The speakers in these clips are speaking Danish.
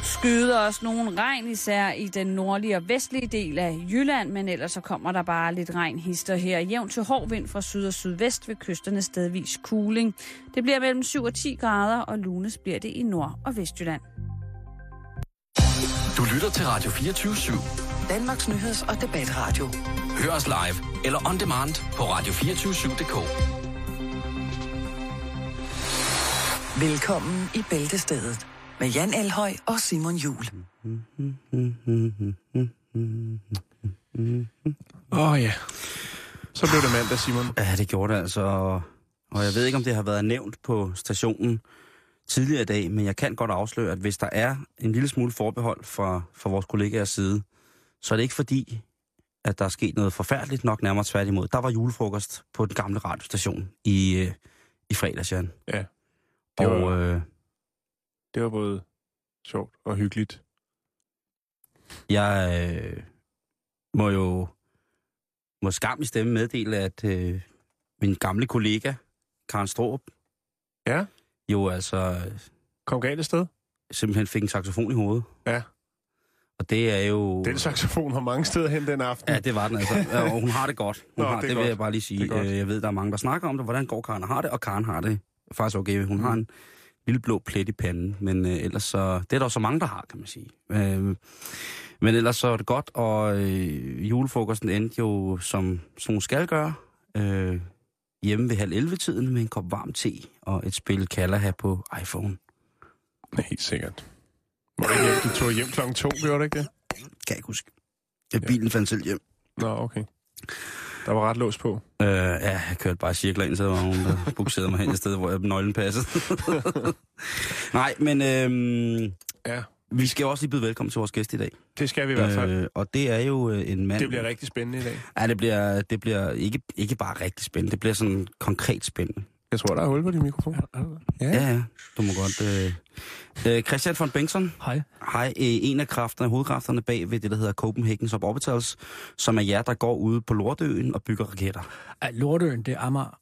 Skyder også nogle regn, især i den nordlige og vestlige del af Jylland, men ellers så kommer der bare lidt regnhister her. Jævn til hård vind fra syd og sydvest ved kysterne stedvis kuling. Det bliver mellem 7 og 10 grader, og lunes bliver det i Nord- og Vestjylland. Du lytter til Radio 24/7. Danmarks nyheds- og debatradio. Hør os live eller on demand på radio247.dk. Velkommen i Bæltestedet med Jan Elhøj og Simon Juhl. Ja. Så blev det mandag, Simon. Ja, det gjorde det altså. Og jeg ved ikke, om det har været nævnt på stationen tidligere i dag, men jeg kan godt afsløre, at hvis der er en lille smule forbehold fra vores kollegaers side, så er det ikke fordi, at der er sket noget forfærdeligt, nok nærmere tværtimod. Der var julefrokost på den gamle radiostation i fredags, Jan. Ja. Det var både sjovt og hyggeligt. Jeg må skam i stemme meddele, at min gamle kollega, Karen Straarup, ja, jo altså kom galt et sted. Simpelthen fik en saxofon i hovedet. Ja. Og det er jo... Den saxofon har mange steder hen den aften. Ja, det var den altså. Og hun har det godt. Det vil jeg bare lige sige. Jeg ved, der er mange, der snakker om det. Hvordan går Karen har det? Og Karen har det faktisk okay. Hun har en lille blå plet i panden. Men ellers så... Det er der jo så mange, der har, kan man sige. Men ellers så er det godt. Og julefrokosten endte jo, som hun skal gøre. Hjemme ved 10:30-tiden med en kop varm te og et spil Kalaha på iPhone. Helt sikkert. Du tog hjem klokken 2, gjorde du ikke det? Kan jeg ikke huske. Bilen fandt selv hjem. Nå, okay. Der var ret lås på. Jeg kørte bare cirkler ind, så der var nogen, der bukserede mig hen et sted, hvor nøglen passede. Nej, men ja. Vi skal også lige byde velkommen til vores gæst i dag. Det skal vi i hvert fald. Og det er jo en mand... Det bliver rigtig spændende i dag. Ja, det bliver ikke bare rigtig spændende, det bliver sådan konkret spændende. Jeg tror, der er hul på din mikrofon. Ja, du må godt. Christian von Bengtsson. Hej. Hej, en af hovedkræfterne bag ved det, der hedder Copenhagen Suborbitals, som er jer, der går ude på Lortøen og bygger raketter. Lortøen, det er Amager.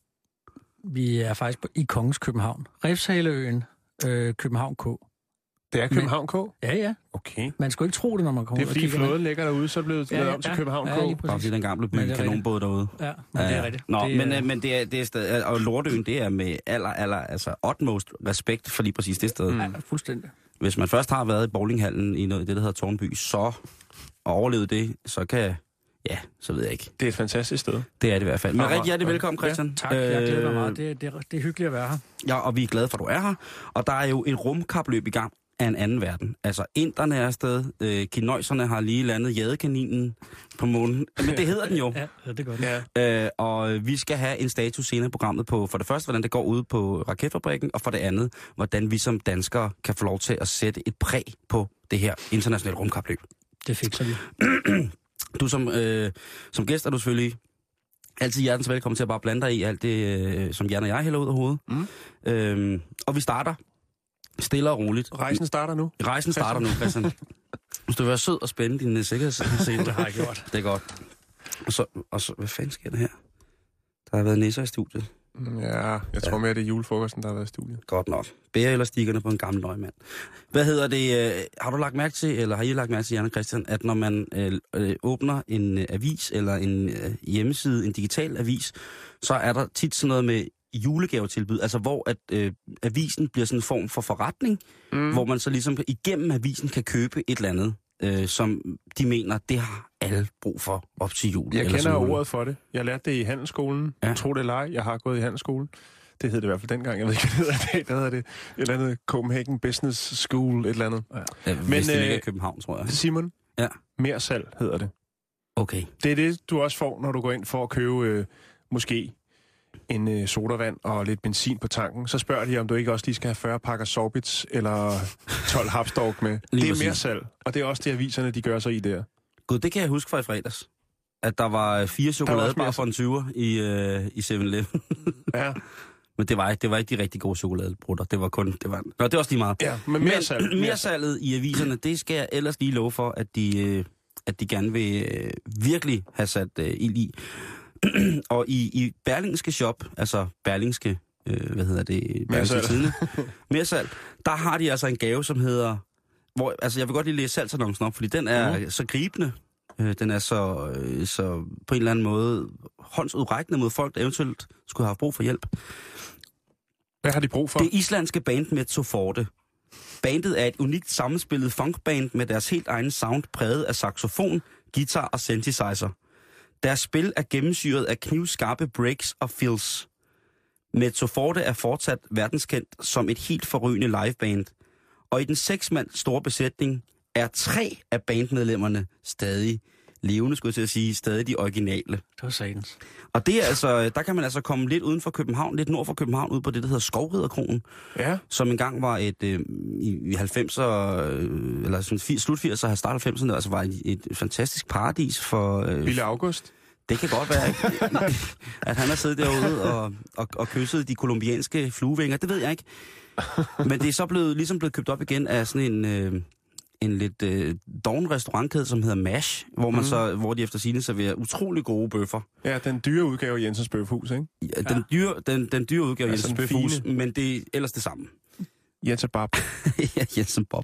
Vi er faktisk i Kongens København. Refshaleøen, København K. Det er København K? Ja. Okay. Man skulle ikke tro det, når man kommer ud og kigger. Det er fordi flåden ligger derude, så er det blevet lavet om til København K. Ja, og fordi den gamle by kanonbåd derude. Ja, men det er rigtigt. Nå, men det er stadig... Og Lortøen, det er med altså utmost respekt for lige præcis det sted. Ja, fuldstændig. Hvis man først har været i bowlinghallen i noget, det, der hedder Tårnby, så og overlevet det, så kan... Ja, så ved jeg ikke. Det er et fantastisk sted. Det er det i hvert fald. Men rigtig hjertelig velkommen, Christian. Ja, tak, jeg glæder mig meget. Det er hyggeligt at være her. Ja, og vi er glade for, at du er her. Og der er jo et rumkapløb i gang af en anden verden. Altså, inderne er afsted. Kinøjserne har lige landet jadekaninen på månen. Men det hedder den jo. Ja, det er godt. Og vi skal have en status senere i programmet på, for det første, hvordan det går ude på raketfabrikken, og for det andet, hvordan vi som danskere kan få lov til at sætte et præg på det her internationale rumkapløb. Det fikser vi. Du som gæst er du selvfølgelig altid hjertens velkommen til at bare blande dig i alt det, som Jan og jeg hælder ud af hovedet. Og vi starter stille og roligt. Rejsen starter nu? Rejsen starter nu, Christian. Hvis du vil være sød og spænde din sikkerhedssele. Det har jeg gjort. Det er godt. Og så, hvad fanden sker der her? Der har været nisser i studiet. Ja, jeg tror mere, det er julefrokosten, der har været i studiet. Godt nok. Bære eller stikkerne på en gammel nøgmand. Hvad hedder det? Har du lagt mærke til, eller har I lagt mærke til, Jan og Christian, at når man åbner en avis eller en hjemmeside, en digital avis, så er der tit sådan noget med julegavetilbud, altså hvor at avisen bliver sådan en form for forretning, hvor man så ligesom igennem avisen kan købe et eller andet, som de mener, det har alle brug for op til jul. Jeg kender ordet for det. Jeg lærte det i handelsskolen. Ja. Tro det eller ej, jeg har gået i handelsskolen. Det hed det i hvert fald dengang. Jeg ved ikke, hvad det hedder i dag. Der hedder det et eller andet Copenhagen Business School, et eller andet. Ja. Men det ligger i København, tror jeg. Simon, ja. Mere salg hedder det. Okay. Det er det, du også får, når du går ind for at købe måske en sodavand og lidt benzin på tanken. Så spørger de, om du ikke også lige skal have 40 pakker Sorbits eller 12 Hapsdork med. Det er mere salg, og det er også det, aviserne de gør sig i der. Gud, det kan jeg huske fra i fredags. At der var 4 chokoladebar for en 20'er i 7-Eleven. Ja. Men det var ikke de rigtig gode chokoladebrutter. Det var også lige meget. Ja, men mere salg. Mere salget i aviserne, det skal jeg ellers lige love for, at de gerne vil virkelig have sat ild i. Og i Berlingske Shop, altså Berlingske, Berlingske Tidende, mere salg, der har de altså en gave, som hedder Altså, jeg vil godt lige læse salgsannoncen op, fordi den er så gribende. Den er så på en eller anden måde håndsudrækkende mod folk, der eventuelt skulle have brug for hjælp. Hvad har de brug for? Det islandske band Mezzo Forte. Bandet er et unikt sammenspillet funkband med deres helt egen sound præget af saxofon, guitar og synthesizer. Deres spil er gennemsyret af knivskarpe breaks og fills. Mezzo Forte er fortsat verdenskendt som et helt forrygende liveband. Og i den 6-mand store besætning er 3 af bandmedlemmerne stadig levende, skulle jeg til at sige, stadig de originale. Det var satans. Og det er altså, der kan man altså komme lidt uden for København, lidt nord for København, ud på det, der hedder Skovriderkronen. Ja. Som engang var et, i 90'er, eller sådan slut 80'er, start 90'erne, altså var et fantastisk paradis for... Bille August. Det kan godt være, ikke? At han har siddet derude og kysset de kolumbianske fluevinger, det ved jeg ikke. Men det er så blevet købt op igen af sådan en lidt doven restaurantkæde, som hedder MASH, hvor de efter sigende serverer utrolig gode bøffer. Ja, den dyre udgave af Jensens Bøfhus, ikke? Ja, den dyre udgave af Jensens Bøfhus, men det er ellers det samme. Jensen Bob. Ja, Jensen Bob.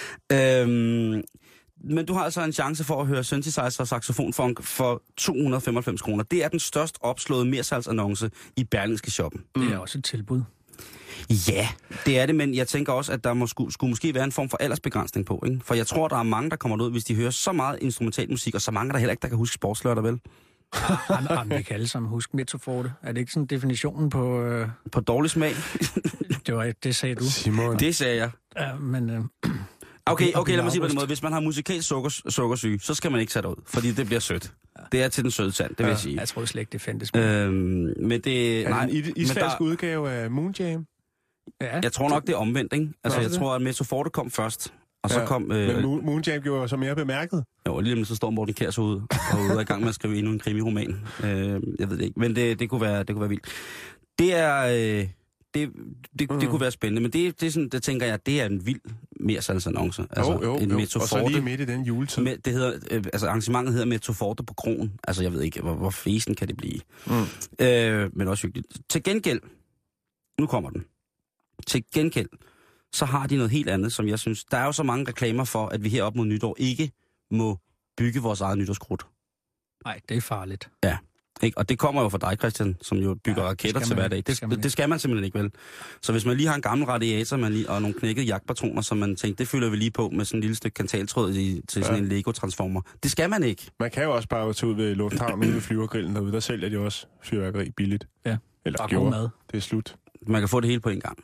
Men du har altså en chance for at høre synthesizer og saxofonfunk for 295 kroner. Det er den størst opslåede mersalgsannonce i Berlingske Shoppen. Det er også et tilbud. Ja, det er det, men jeg tænker også, at der skulle måske være en form for aldersbegrænsning på, ikke? For jeg tror, der er mange, der kommer ud, hvis de hører så meget instrumentalmusik, og så mange, der heller ikke, der kan huske sportslørdag, vel? Jamen, vi kan alle sammen huske Mezzo Forte. Er det ikke sådan definitionen på... På dårlig smag? det sagde du. Simon. Det sagde jeg. Ja, men... Okay, lad mig sige på den måde. Hvis man har musikalsk sukkersyge, så skal man ikke sætte ud, fordi det bliver sødt. Det er til den søde sand, det vil jeg sige. Jeg tror slet ikke, det fandtes. Men det... Er det en islandsk udgave af Moonjam? Ja. Jeg tror nok, det er omvendt, ikke? Altså, jeg tror, at Mezzo Forte kom først, og så kom... Men Moonjam gjorde så mere bemærket. Jo, lige så står Morten Kjær så ud, og ude i gang med at skrive endnu en krimiroman. Jeg ved det ikke, men det kunne være vildt. Det er... Det kunne være spændende, men det er sådan, det tænker jeg, det er en vild mersalgsannonce. Altså, en Mezzo og så lige midt i den juletid. Det hedder, arrangementet hedder Mezzo Forte på Kronen. Altså, jeg ved ikke, hvor fesen kan det blive. Men også hyggeligt. Til gengæld, nu kommer den. Til gengæld, så har de noget helt andet, som jeg synes... Der er jo så mange reklamer for, at vi her op mod nytår ikke må bygge vores eget nytårskrudt. Nej, det er farligt. Ja. Ikke? Og det kommer jo fra dig, Christian, som jo bygger raketter til hver dag. Det skal man simpelthen ikke, vel? Så hvis man lige har en gammel radiator og nogle knækkede jagtpatroner, som man tænker, det fylder vi lige på med sådan en lille stykke kantaltråd til sådan en Lego-transformer. Det skal man ikke. Man kan jo også bare tage ud ved lufthavnen, ude ved flyvergrillen derude. Der sælger de også fyrværkeri billigt. Ja. Eller gjorde. Mad. Det er slut. Man kan få det hele på en gang.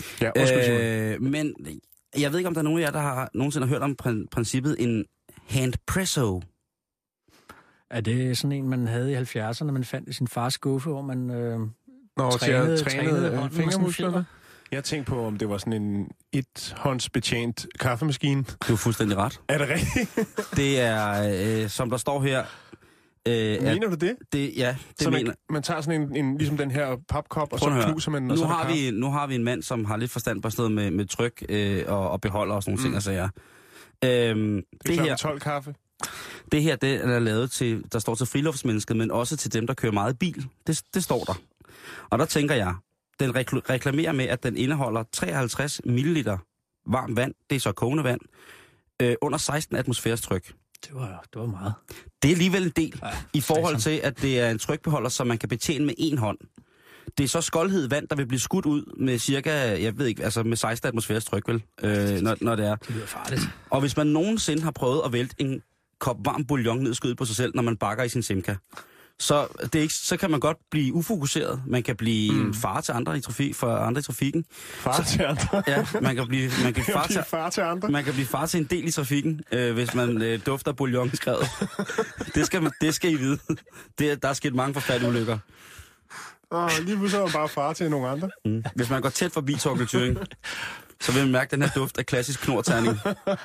Ja, men jeg ved ikke, om der er nogen af jer, der har nogensinde hørt om princippet en handpresso. Er det sådan en, man havde i 70'erne, man fandt i sin fars skuffe, hvor man trænede fingermusklerne? Jeg tænkte på, om det var sådan en ethåndsbetjent kaffemaskine. Du er fuldstændig ret. Er det rigtigt? Det er, som der står her... mener du det? Ja, det så mener man tager sådan en ligesom den her papkop, og så knuser man... Nu har vi en mand, som har lidt forstand på sådan noget med tryk og beholder og sådan nogle ting, og sager. Det her 12 kaffe. Det her, det er lavet til, der står til friluftsmennesket, men også til dem, der kører meget bil. Det står der. Og der tænker jeg, den reklamerer med, at den indeholder 53 ml varmt vand, det er så kogende vand, under 16 atmosfæres tryk. Det var meget. Det er alligevel en del, i forhold til, at det er en trykbeholder, som man kan betjene med en hånd. Det er så skoldhed vand, der vil blive skudt ud med cirka, jeg ved ikke, altså med 16 atmosfæres tryk, vel, når det er. Det lyder farligt. Og hvis man nogensinde har prøvet at vælte en kop varm bouillon ned i skødet på sig selv, når man bakker i sin Simca, så kan man godt blive ufokuseret. Man kan blive en far til andre i trafikken. Far til andre? Ja, man kan blive far til andre. Man kan blive far til en del i trafikken, hvis man dufter bouillon i skrevet. Det skal I vide. Der er sket mange forfærdelige ulykker. Lige pludselig er man bare far til nogle andre. Hvis man går tæt forbi Torkel Thüring, så vil man mærke den her duft af klassisk knorterning.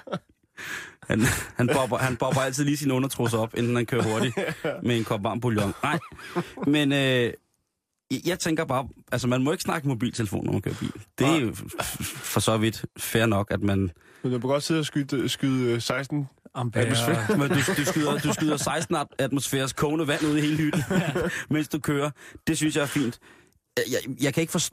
Han bobber altid lige sin undertrusser op, inden han kører hurtigt med en kop varm bouillon. Nej, men jeg tænker bare, altså man må ikke snakke mobiltelefon, når man kører bil. Det er jo for så vidt fair nok, at man... Men du kan godt sidde og skyde 16 atmosfære. Men du skyder 16 atmosfæres kogende vand ud i hele hytten, mens du kører. Det synes jeg er fint. Jeg kan ikke forstå,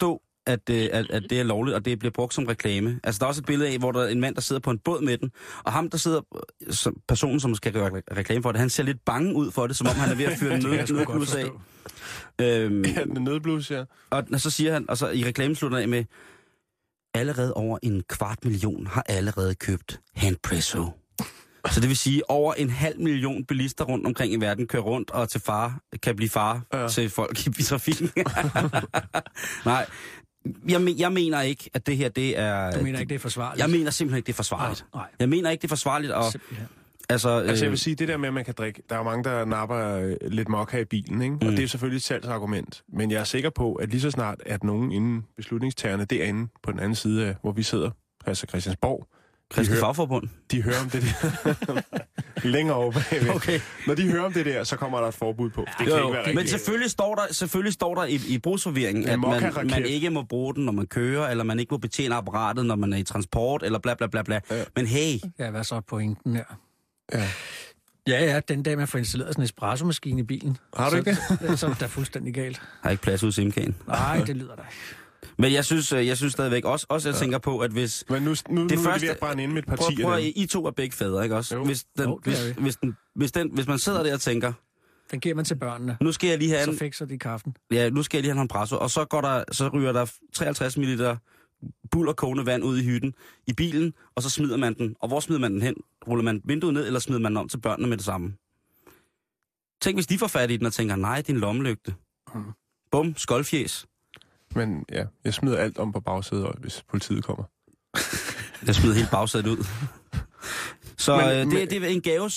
at det er lovligt, og det bliver brugt som reklame. Altså, der er også et billede af, hvor der er en mand, der sidder på en båd med den, og ham, der sidder, personen, som skal gøre reklame for det, han ser lidt bange ud for det, som om han er ved at fyre en nødblus af. Den nødblus, ja. Og så siger han, og så i reklamen slutter af med, allerede over 250.000 har allerede købt Handpresso. Så det vil sige, over 500.000 bilister rundt omkring i verden kører rundt og kan blive far til folk i trafikken. Nej, jeg mener ikke, at det her, det er... Du mener ikke, det er forsvarligt? Jeg mener simpelthen ikke, det er forsvarligt. Nej. Jeg mener ikke, det er forsvarligt, og... Altså, jeg vil sige, det der med, at man kan drikke... Der er jo mange, der napper lidt mokka i bilen, ikke? Og det er selvfølgelig et salgsargument. Men jeg er sikker på, at lige så snart, at nogen inden beslutningstagerne derinde på den anden side af, hvor vi sidder, altså Christiansborg... Kristelig Fagforbund. De hører om det der. Længere over bagved. Okay. Når de hører om det der, så kommer der et forbud på. Det kan ikke være rigtigt. Men selvfølgelig står der i brugsforvirringen, at man ikke må bruge den, når man kører, eller man ikke må betjene apparatet, når man er i transport, eller bla bla bla bla. Ja. Men hey... Ja, hvad så er pointen her? Ja, den dag man får installeret sådan en espresso-maskine i bilen. Har du ikke det? Så er det fuldstændig galt. Har ikke plads ud i simkagen? Nej, det lyder da ikke. Men jeg synes stadigvæk også jeg tænker på, at hvis... Men nu det første, er det ved at brænde ind med et parti. Prøv, I to er begge fædre, ikke også? Hvis man sidder der og tænker... Den giver man til børnene. Nu skal jeg lige have så fikser de kaffen. Ja, nu skal jeg lige have en presso, og så ryger der 53 ml buld og kogende vand ud i hytten i bilen, og så smider man den. Og hvor smider man den hen? Ruller man vinduet ned, eller smider man den om til børnene med det samme? Tænk, hvis de får fat i den og tænker, nej, det er en lommelygte. Bum, skoldfjæs. Men ja, jeg smider alt om på bagsædet, hvis politiet kommer. Jeg smider hele bagsædet ud. Så det er en gave,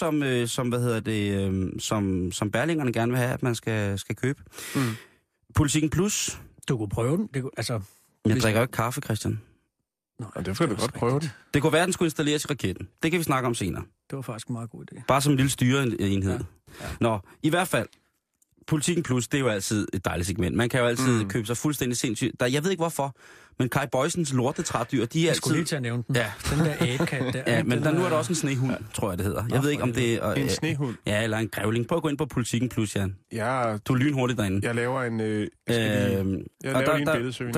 som Berlingerne gerne vil have, at man skal købe. Politikken Plus. Du kunne prøve den. Jeg drikker jo ikke kaffe, Christian. Nå, det skal du godt prøve det. Det kunne være, at den skulle installeres i raketten. Det kan vi snakke om senere. Det var faktisk en meget god idé. Bare som en lille styreenhed. Ja. Nå, i hvert fald. Politikken Plus, det er jo altid et dejligt segment. Man kan jo altid købe sig fuldstændig sindssygt. Jeg ved ikke hvorfor, men Kai Boysens lortetrædyr, de er altid... Jeg skulle lige til at nævne den. Ja. Den der ægkat der. Ja, men nu er der også en snehund, tror jeg det hedder. Jeg ved ikke, om det er... En snehund? Ja, eller en grævling. Prøv at gå ind på Politikken Plus, Jan. Ja. Du er lynhurtigt derinde. Jeg laver en... Jeg laver en billedsøgning.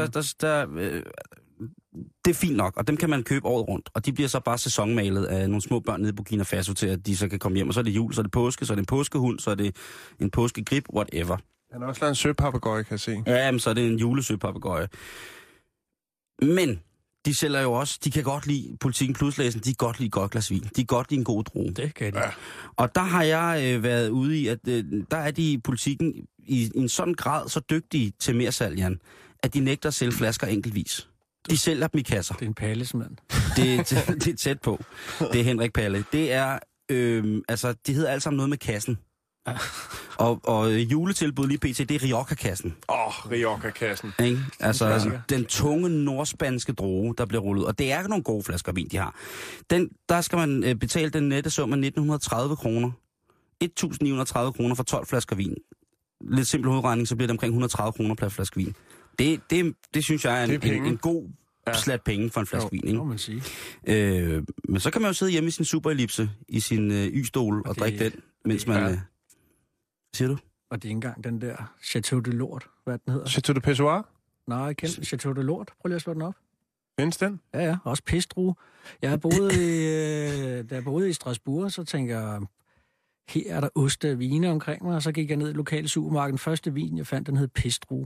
Det er fint nok, og dem kan man købe året rundt. Og de bliver så bare sæsonmalet af nogle små børn nede i Burkina Faso til, at de så kan komme hjem. Og så er det jul, så er det påske, så er det en påskehund, så er det en påskegrib, whatever. Han har også lavet en søpapegøje, kan jeg se. Ja, men så er det en julesøpapegøje. Men de sælger jo også, de kan godt lide Politikken Plus-læsen, de kan godt lide godt glas vin. De kan godt lide en god drue. Det kan de. Ja. Og der har jeg været ude i, at der er de i Politikken i en sådan grad så dygtige til mere salg, Jan, at de nægter at sælge flasker enkeltvis. De sælger dem i kasser. Det er en pallesmand. Det er tæt på. Det er Henrik Palle. Det er, det hedder alt sammen noget med kassen. Og juletilbud lige pt, det er Rioja-kassen. Rioja-kassen. Ikke? Altså, den tunge nordspanske droge, der bliver rullet. Og det er nogle gode flasker vin, de har. Der skal man betale den nette sum af 1930 kroner. 1.930 kroner for 12 flasker vin. Lidt simpel hovedregning, så bliver det omkring 130 kroner per flaske vin. Det synes jeg er en god slat penge for en flaske vin, ikke? Må man sige. Men så kan man jo sidde hjemme i sin superellipse, i sin y-stol og drikke den, mens man... Siger du? Og det er ikke engang den der Chateau de Lort, hvad den hedder. Chateau de Pessoir? Nej, jeg kender Chateau de Lort. Prøv lige at slå den op. Findes den? Ja, også pestdrue. Da jeg boede i Strasbourg, så tænker jeg, her er der oste og vine omkring mig, og så gik jeg ned i lokale supermarked. Den første vin, jeg fandt, den hed pestdrue.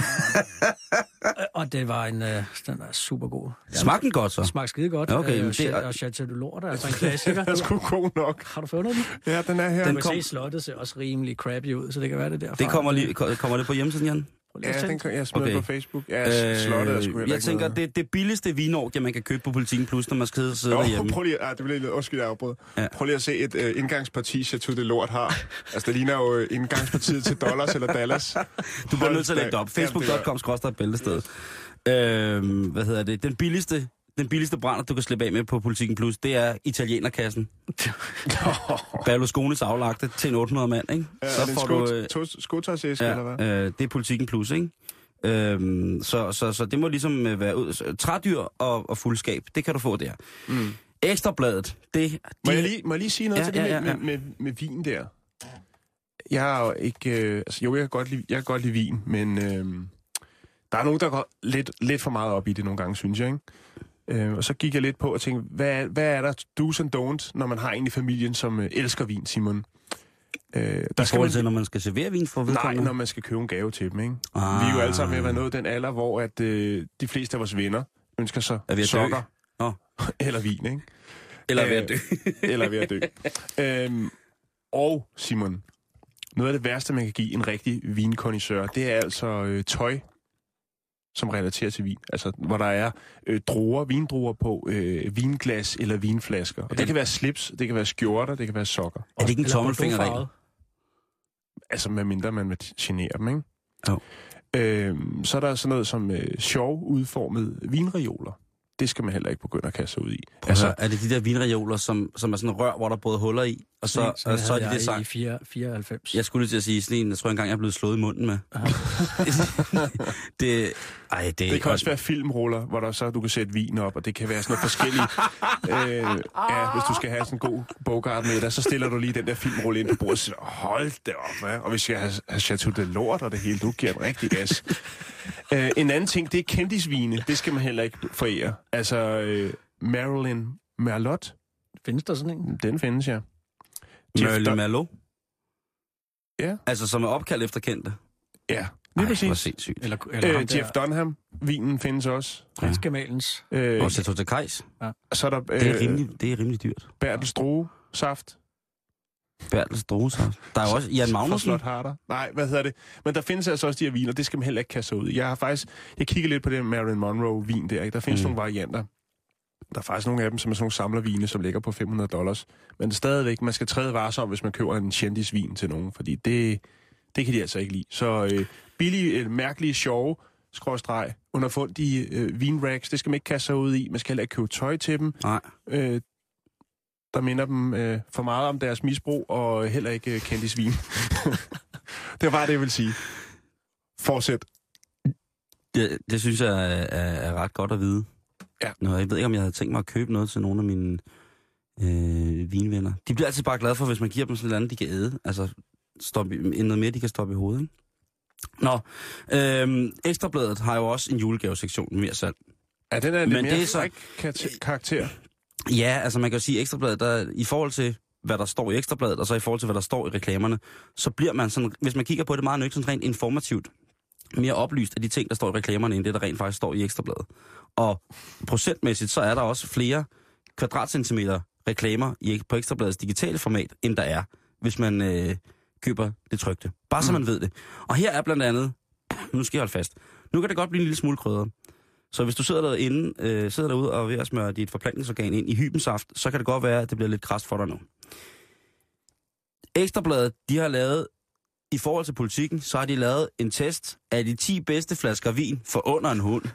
Og det var den var super god. Smagte den godt så? Smagte skide godt. Okay, og Chateau de Lort er altså en klassiker. Den er sgu god nok. Har du fundet den? Ja, den er her. Den se, slottet ser også rimelig crappy ud, så det kan være det derfra. Det kommer det på hjemsiden, Jan? Ja, jeg smider på Facebook. Ja, slottet er sgu heller ikke. Jeg tænker, det billigste vinorgie, man kan købe på Politikken Plus, når man skal sidde derhjemme. Prøv lige, det bliver lidt undskyld afbrud. Ja. Prøv lige at se et indgangsparti, Chateau de Lort har. Altså, det ligner jo indgangspartiet til dollars eller Dallas. Du bliver nødt til at lægge det op. Facebook.com/bæltested. Den billigste brænder, du kan slippe af med på Politikken Plus, det er italienerkassen. Berlusconis aflagte til en 800 mand, ikke? Ja, så får du skotøjsæske, eller hvad? Det er Politikken Plus, ikke? Så det må ligesom være trædyr og fuldskab. Det kan du få der. Ekstrabladet, Må jeg lige sige noget til det med vin der? Jeg er jo ikke... jeg kan godt lide vin, men... Der er nogen, der går lidt for meget op i det nogle gange, synes jeg, ikke? Og så gik jeg lidt på og tænkte, hvad er der do's and don'ts, når man har en i familien, som elsker vin, Simon? Der skal man til, når man skal servere vin for vedkommende? Nej, når man skal købe en gave til dem, ikke? Vi er jo alle sammen ved at være nået den alder, hvor at, de fleste af vores venner ønsker sig sokker eller vin, ikke? Eller ved at dø. Eller ved at dø. Og Simon, noget af det værste, man kan give en rigtig vinkondisør, det er altså tøj, som relaterer til vin. Altså, hvor der er vindruer på, vinglas eller vinflasker. Og det kan være slips, det kan være skjorter, det kan være sokker. Er det ikke en tommelfingerregel? Altså, medmindre man vil genere dem, ikke? Jo. Så er der sådan noget som sjov udformet vinreoler. Det skal man heller ikke begynde at kaste sig ud i. Altså, er det de der vinreoler, som er sådan rør, hvor der både huller i, og så er det sang? I 94. Jeg skulle til at sige sådan en, jeg tror engang, jeg er blevet slået i munden med. Det kan også være filmruller, hvor der så du kan sætte vin op, og det kan være sådan noget forskelligt. Hvis du skal have sådan en god bogart med dig, så stiller du lige den der filmrulle ind på bordet og siger, hold det op, og hvis jeg har Chateau de lort og det hele, du giver en rigtig gas. En anden ting, det er kendisvine. Det skal man heller ikke forære. Altså, Marilyn Merlot. Findes der sådan en? Den findes, ja. Marilyn Merlot? Ja. Altså, som er opkaldt efter kendte? Ja, lige præcis. Hvor sindssygt. Eller Jeff Dunham. Vinen findes også. Prinskamalens. Og Chateau de Kajs. Ja. Så er der... det er rimelig dyrt. Bertels druesaft. Bertels druesaft. Der er jo også Jan Magnussen. Nej, hvad hedder det? Men der findes altså også de her viner, det skal man heller ikke kaste ud. Jeg kigger lidt på det Marilyn Monroe-vin der, ikke? Der findes nogle varianter. Der er faktisk nogle af dem, som er sådan nogle samlervine, som ligger på $500. Men stadigvæk, man skal træde varsom, hvis man køber en kendisvin til nogen, fordi det kan de altså ikke lide. Så billige, mærkelige, sjove, underfundige vinracks, det skal man ikke kaste sig ud i. Man skal heller ikke købe tøj til dem. Nej. Der minder dem for meget om deres misbrug, og heller ikke kendisvin. Det var bare det, jeg vil sige. Fortsæt. Det synes jeg er ret godt at vide. Ja. Nå, jeg ved ikke, om jeg havde tænkt mig at købe noget til nogle af mine vinvenner. De bliver altid bare glade for, hvis man giver dem sådan noget andet, de kan æde. Altså, noget mere, de kan stoppe i hovedet, ikke? Nå, Ekstrabladet har jo også en julegavesektion med mere salg. Ja, den er lidt mere fræk karakter. Ja, altså man kan jo sige, Ekstrabladet, der, i forhold til, hvad der står i Ekstrabladet, og så i forhold til, hvad der står i reklamerne, så bliver man sådan, hvis man kigger på det meget nøgternt, rent informativt, mere oplyst af de ting, der står i reklamerne, end det, der rent faktisk står i Ekstrabladet. Og procentmæssigt, så er der også flere kvadratcentimeter reklamer på Ekstrabladets digitale format, end der er, hvis man køber det trykte. Bare så man ved det. Og her er blandt andet, nu skal jeg holde fast, nu kan det godt blive en lille smule krydret. Så hvis du sidder derude og er ved at smøre dit forplantningsorgan ind i hybensaft, så kan det godt være, at det bliver lidt krast for dig nu. Ekstrabladet, de har lavet, i forhold til politikken, så har de lavet en test af de 10 bedste flasker vin for under en hund.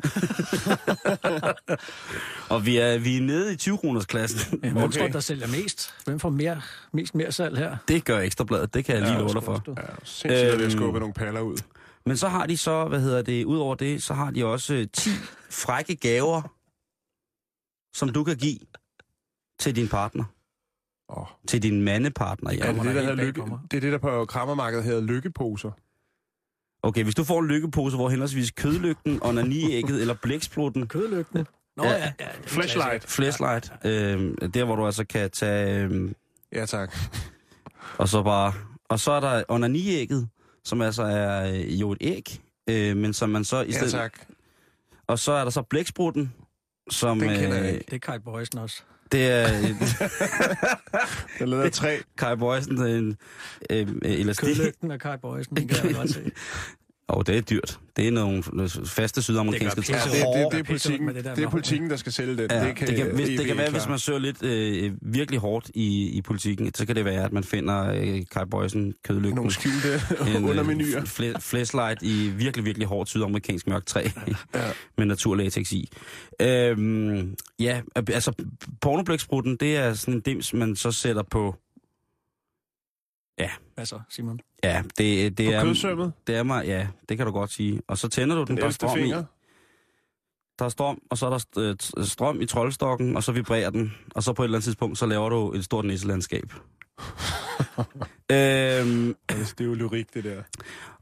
Og vi er nede i 20-kroners-klassen. Hvem tror der sælger mest? Hvem får mest mere salg her? Det gør Ekstrabladet, det kan jeg lige love dig for. Ja, sindssygt at skubbe nogle paller ud. Men så har de så, udover det, så har de også 10 frække gaver, som du kan give til din partner. Til din mandepartner. Ja, det er det, der på krammermarkedet hedder lykkeposer. Okay, hvis du får en lykkeposer, hvor henholdsvis kødlygten, onaniægget eller blæksprutten... Kødlygten? Nå ja. Flashlight. Der, hvor du altså kan tage... Ja, tak. Og så er der onaniægget, som altså er jo et æg, men som man så i stedet... Ja, tak. Og så er der så blæksprutten, som... Den kender jeg ikke. Det er Kai Boysen også. Det er... Den leder 3. Kai Boysen er en elastik. Kødlygten af Kai Boysen, den kan jeg godt se. Det er dyrt. Det er nogle faste sydamerikanske træer. Det er politikken, der skal sælge den. Ja, det kan være, hvis man søger lidt virkelig hårdt i politikken, så kan det være, at man finder Kai Boysen, kødlygten. Nogle skjulte undermenuer. Flashlight i virkelig, virkelig hårdt sydamerikansk mørkt træ. Med naturlatex i. Ja, altså pornoblæksprutten, det er sådan en dims, man så sætter på... Ja. Hvad så, Simon? Ja, det er... På kødsømmet? Det er mig, ja, det kan du godt sige. Og så tænder du den, der er strøm i. Der er strøm, og så er der strøm i troldstokken, og så vibrerer den. Og så på et eller andet tidspunkt, så laver du et stort nisselandskab. Det er jo lyrik, det der.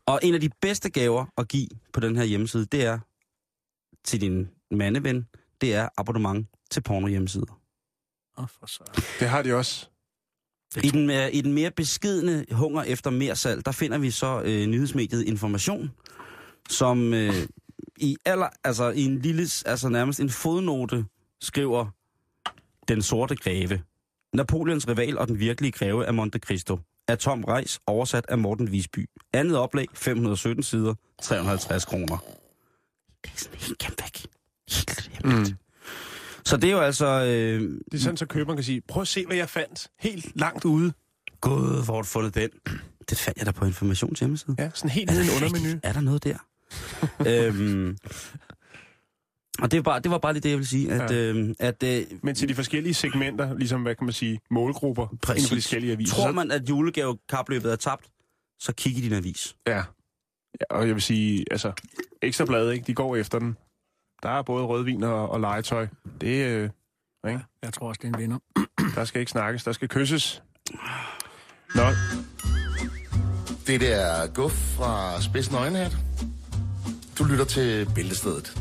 Og en af de bedste gaver at give på den her hjemmeside, det er til din mandeven, det er abonnement til porno-hjemmesider. For så. Det har de også. I den mere beskedne hunger efter mere salg, der finder vi så nyhedsmediet Information, som i en lille, altså nærmest en fodnote, skriver Den sorte greve. Napoleons rival og den virkelige greve af Monte Cristo. Af Tom Reis, oversat af Morten Visby. Andet oplag, 517 sider, 350 kroner. Det er sådan helt gemt væk. Helt hemmeligt. Så det er jo altså... Det er sådan, så køberen kan sige, prøv at se, hvad jeg fandt helt langt ude. Gud, hvor har du fundet den? Det fandt jeg da på Informations hjemmeside. Ja, sådan helt nede i en undermenu. Er der noget der? Og det var bare lige det, jeg vil sige. Men til de forskellige segmenter, ligesom, hvad kan man sige, målgrupper inden for de forskellige aviser. Tror man, at julegavekapløbet er tabt, så kig i din avis. Ja, og jeg vil sige, altså, Ekstra Bladet, ikke? De går efter den. Der er både rødvin og legetøj. Det ikke? Ja, jeg tror også, det er en vinder. Der skal ikke snakkes, der skal kysses. Nå. Det der er Guf fra Spidsen Øjenhat. Du lytter til Bæltestedet.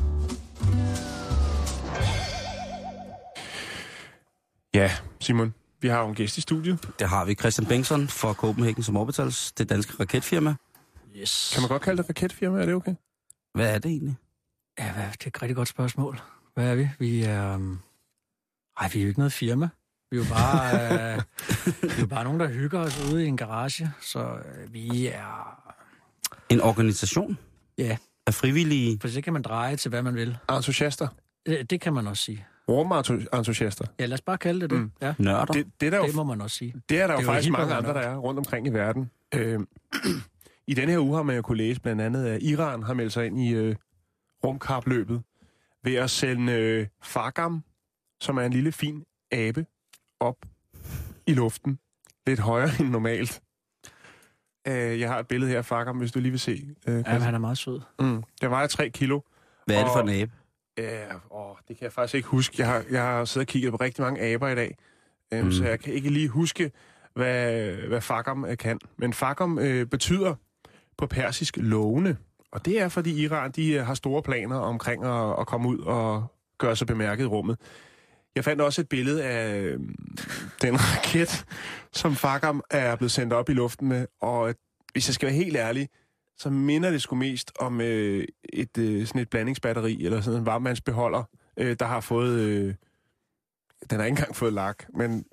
Ja, Simon, vi har jo en gæst i studiet. Det har vi. Christian Bengtsson fra Copenhagen som Orbitals, det danske raketfirma. Yes. Kan man godt kalde det raketfirma? Er det okay? Hvad er det egentlig? Ja, det er et rigtig godt spørgsmål. Hvad er vi? Vi er... vi er jo ikke noget firma. Vi er jo bare, vi er jo bare nogen, der hygger os ude i en garage. Så vi er... En organisation? Ja. Af frivillige? For så kan man dreje til, hvad man vil. Entusiaster? Det kan man også sige. Rumentusiaster? Ja, lad os bare kalde det det. Ja. Nørder? Det må man også sige. Det er der jo faktisk mange andre, der er rundt omkring i verden. I denne her uge har man jo kunne læse blandt andet, at Iran har meldt sig ind i rumkapløbet ved at sende Fargam, som er en lille fin abe, op i luften. Lidt højere end normalt. Jeg har et billede her af Fargam, hvis du lige vil se. Ja, han er meget sød. Der vejer 3 kilo. Hvad er det for en abe? Det kan jeg faktisk ikke huske. Jeg har siddet og kigget på rigtig mange aber i dag, så jeg kan ikke lige huske, hvad Fargam kan. Men Fargam betyder på persisk lovende. Og det er, fordi Iran de har store planer omkring at komme ud og gøre sig bemærket i rummet. Jeg fandt også et billede af den raket, som Fargam er blevet sendt op i luften med. Og hvis jeg skal være helt ærlig, så minder det sgu mest om sådan et blandingsbatteri, eller sådan en varmvandsbeholder, der har fået... den har ikke engang fået lak, men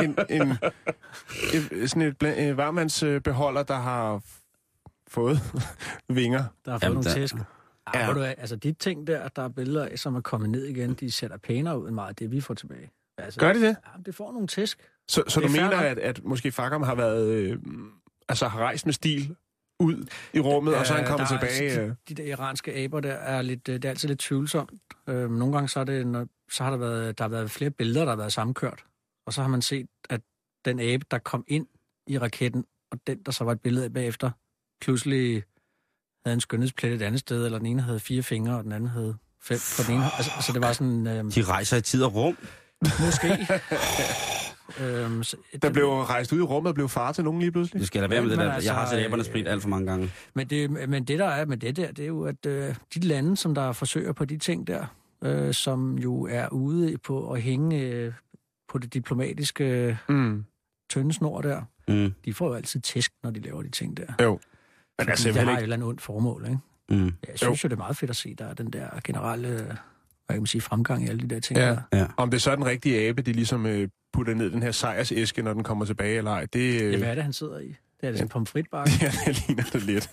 sådan et varmvandsbeholder, der har fået vinger. Der har fået nogle tæsk. Altså de ting der er billeder af, som er kommet ned igen, de sætter pænere ud end meget det, vi får tilbage. Altså, gør de det? Ja, det får nogle tæsk. Så du mener, at måske Fargam har været... har rejst med stil ud i rummet, og så er han kommet tilbage... Altså, de der iranske aber der er lidt... Det er altid lidt tvivlsomt. Nogle gange så har der har været flere billeder, der har været sammenkørt. Og så har man set, at den abe, der kom ind i raketten, og den, der så var et billede af bagefter, pludselig havde en skønhedsplet et andet sted, eller den ene havde 4 fingre, og den anden havde 5 på den ene. Altså det var sådan... De rejser i tid og rum. Måske. Der blev rejst ud i rummet og blev far til nogen lige pludselig. Det skal da være med det der. Jeg har set æberne sprit alt for mange gange. Men det der er med det der, det er jo, at de lande, som der forsøger på de ting der, som jo er ude på at hænge på det diplomatiske tynde snor der, de får jo altid tæsk, når de laver de ting der. Jo. Men altså, det har jo et eller andet ondt formål, ikke? Jeg synes jo, det er meget fedt at se, der er den der generelle, hvad kan man sige, fremgang i alle de der ting. Ja. Om det er så den rigtige abe, de ligesom putter ned den her sejrsæske, når den kommer tilbage, eller ej. Hvad er det, han sidder i? Det er det sådan en pomfritbakke? Ja, det ligner det lidt.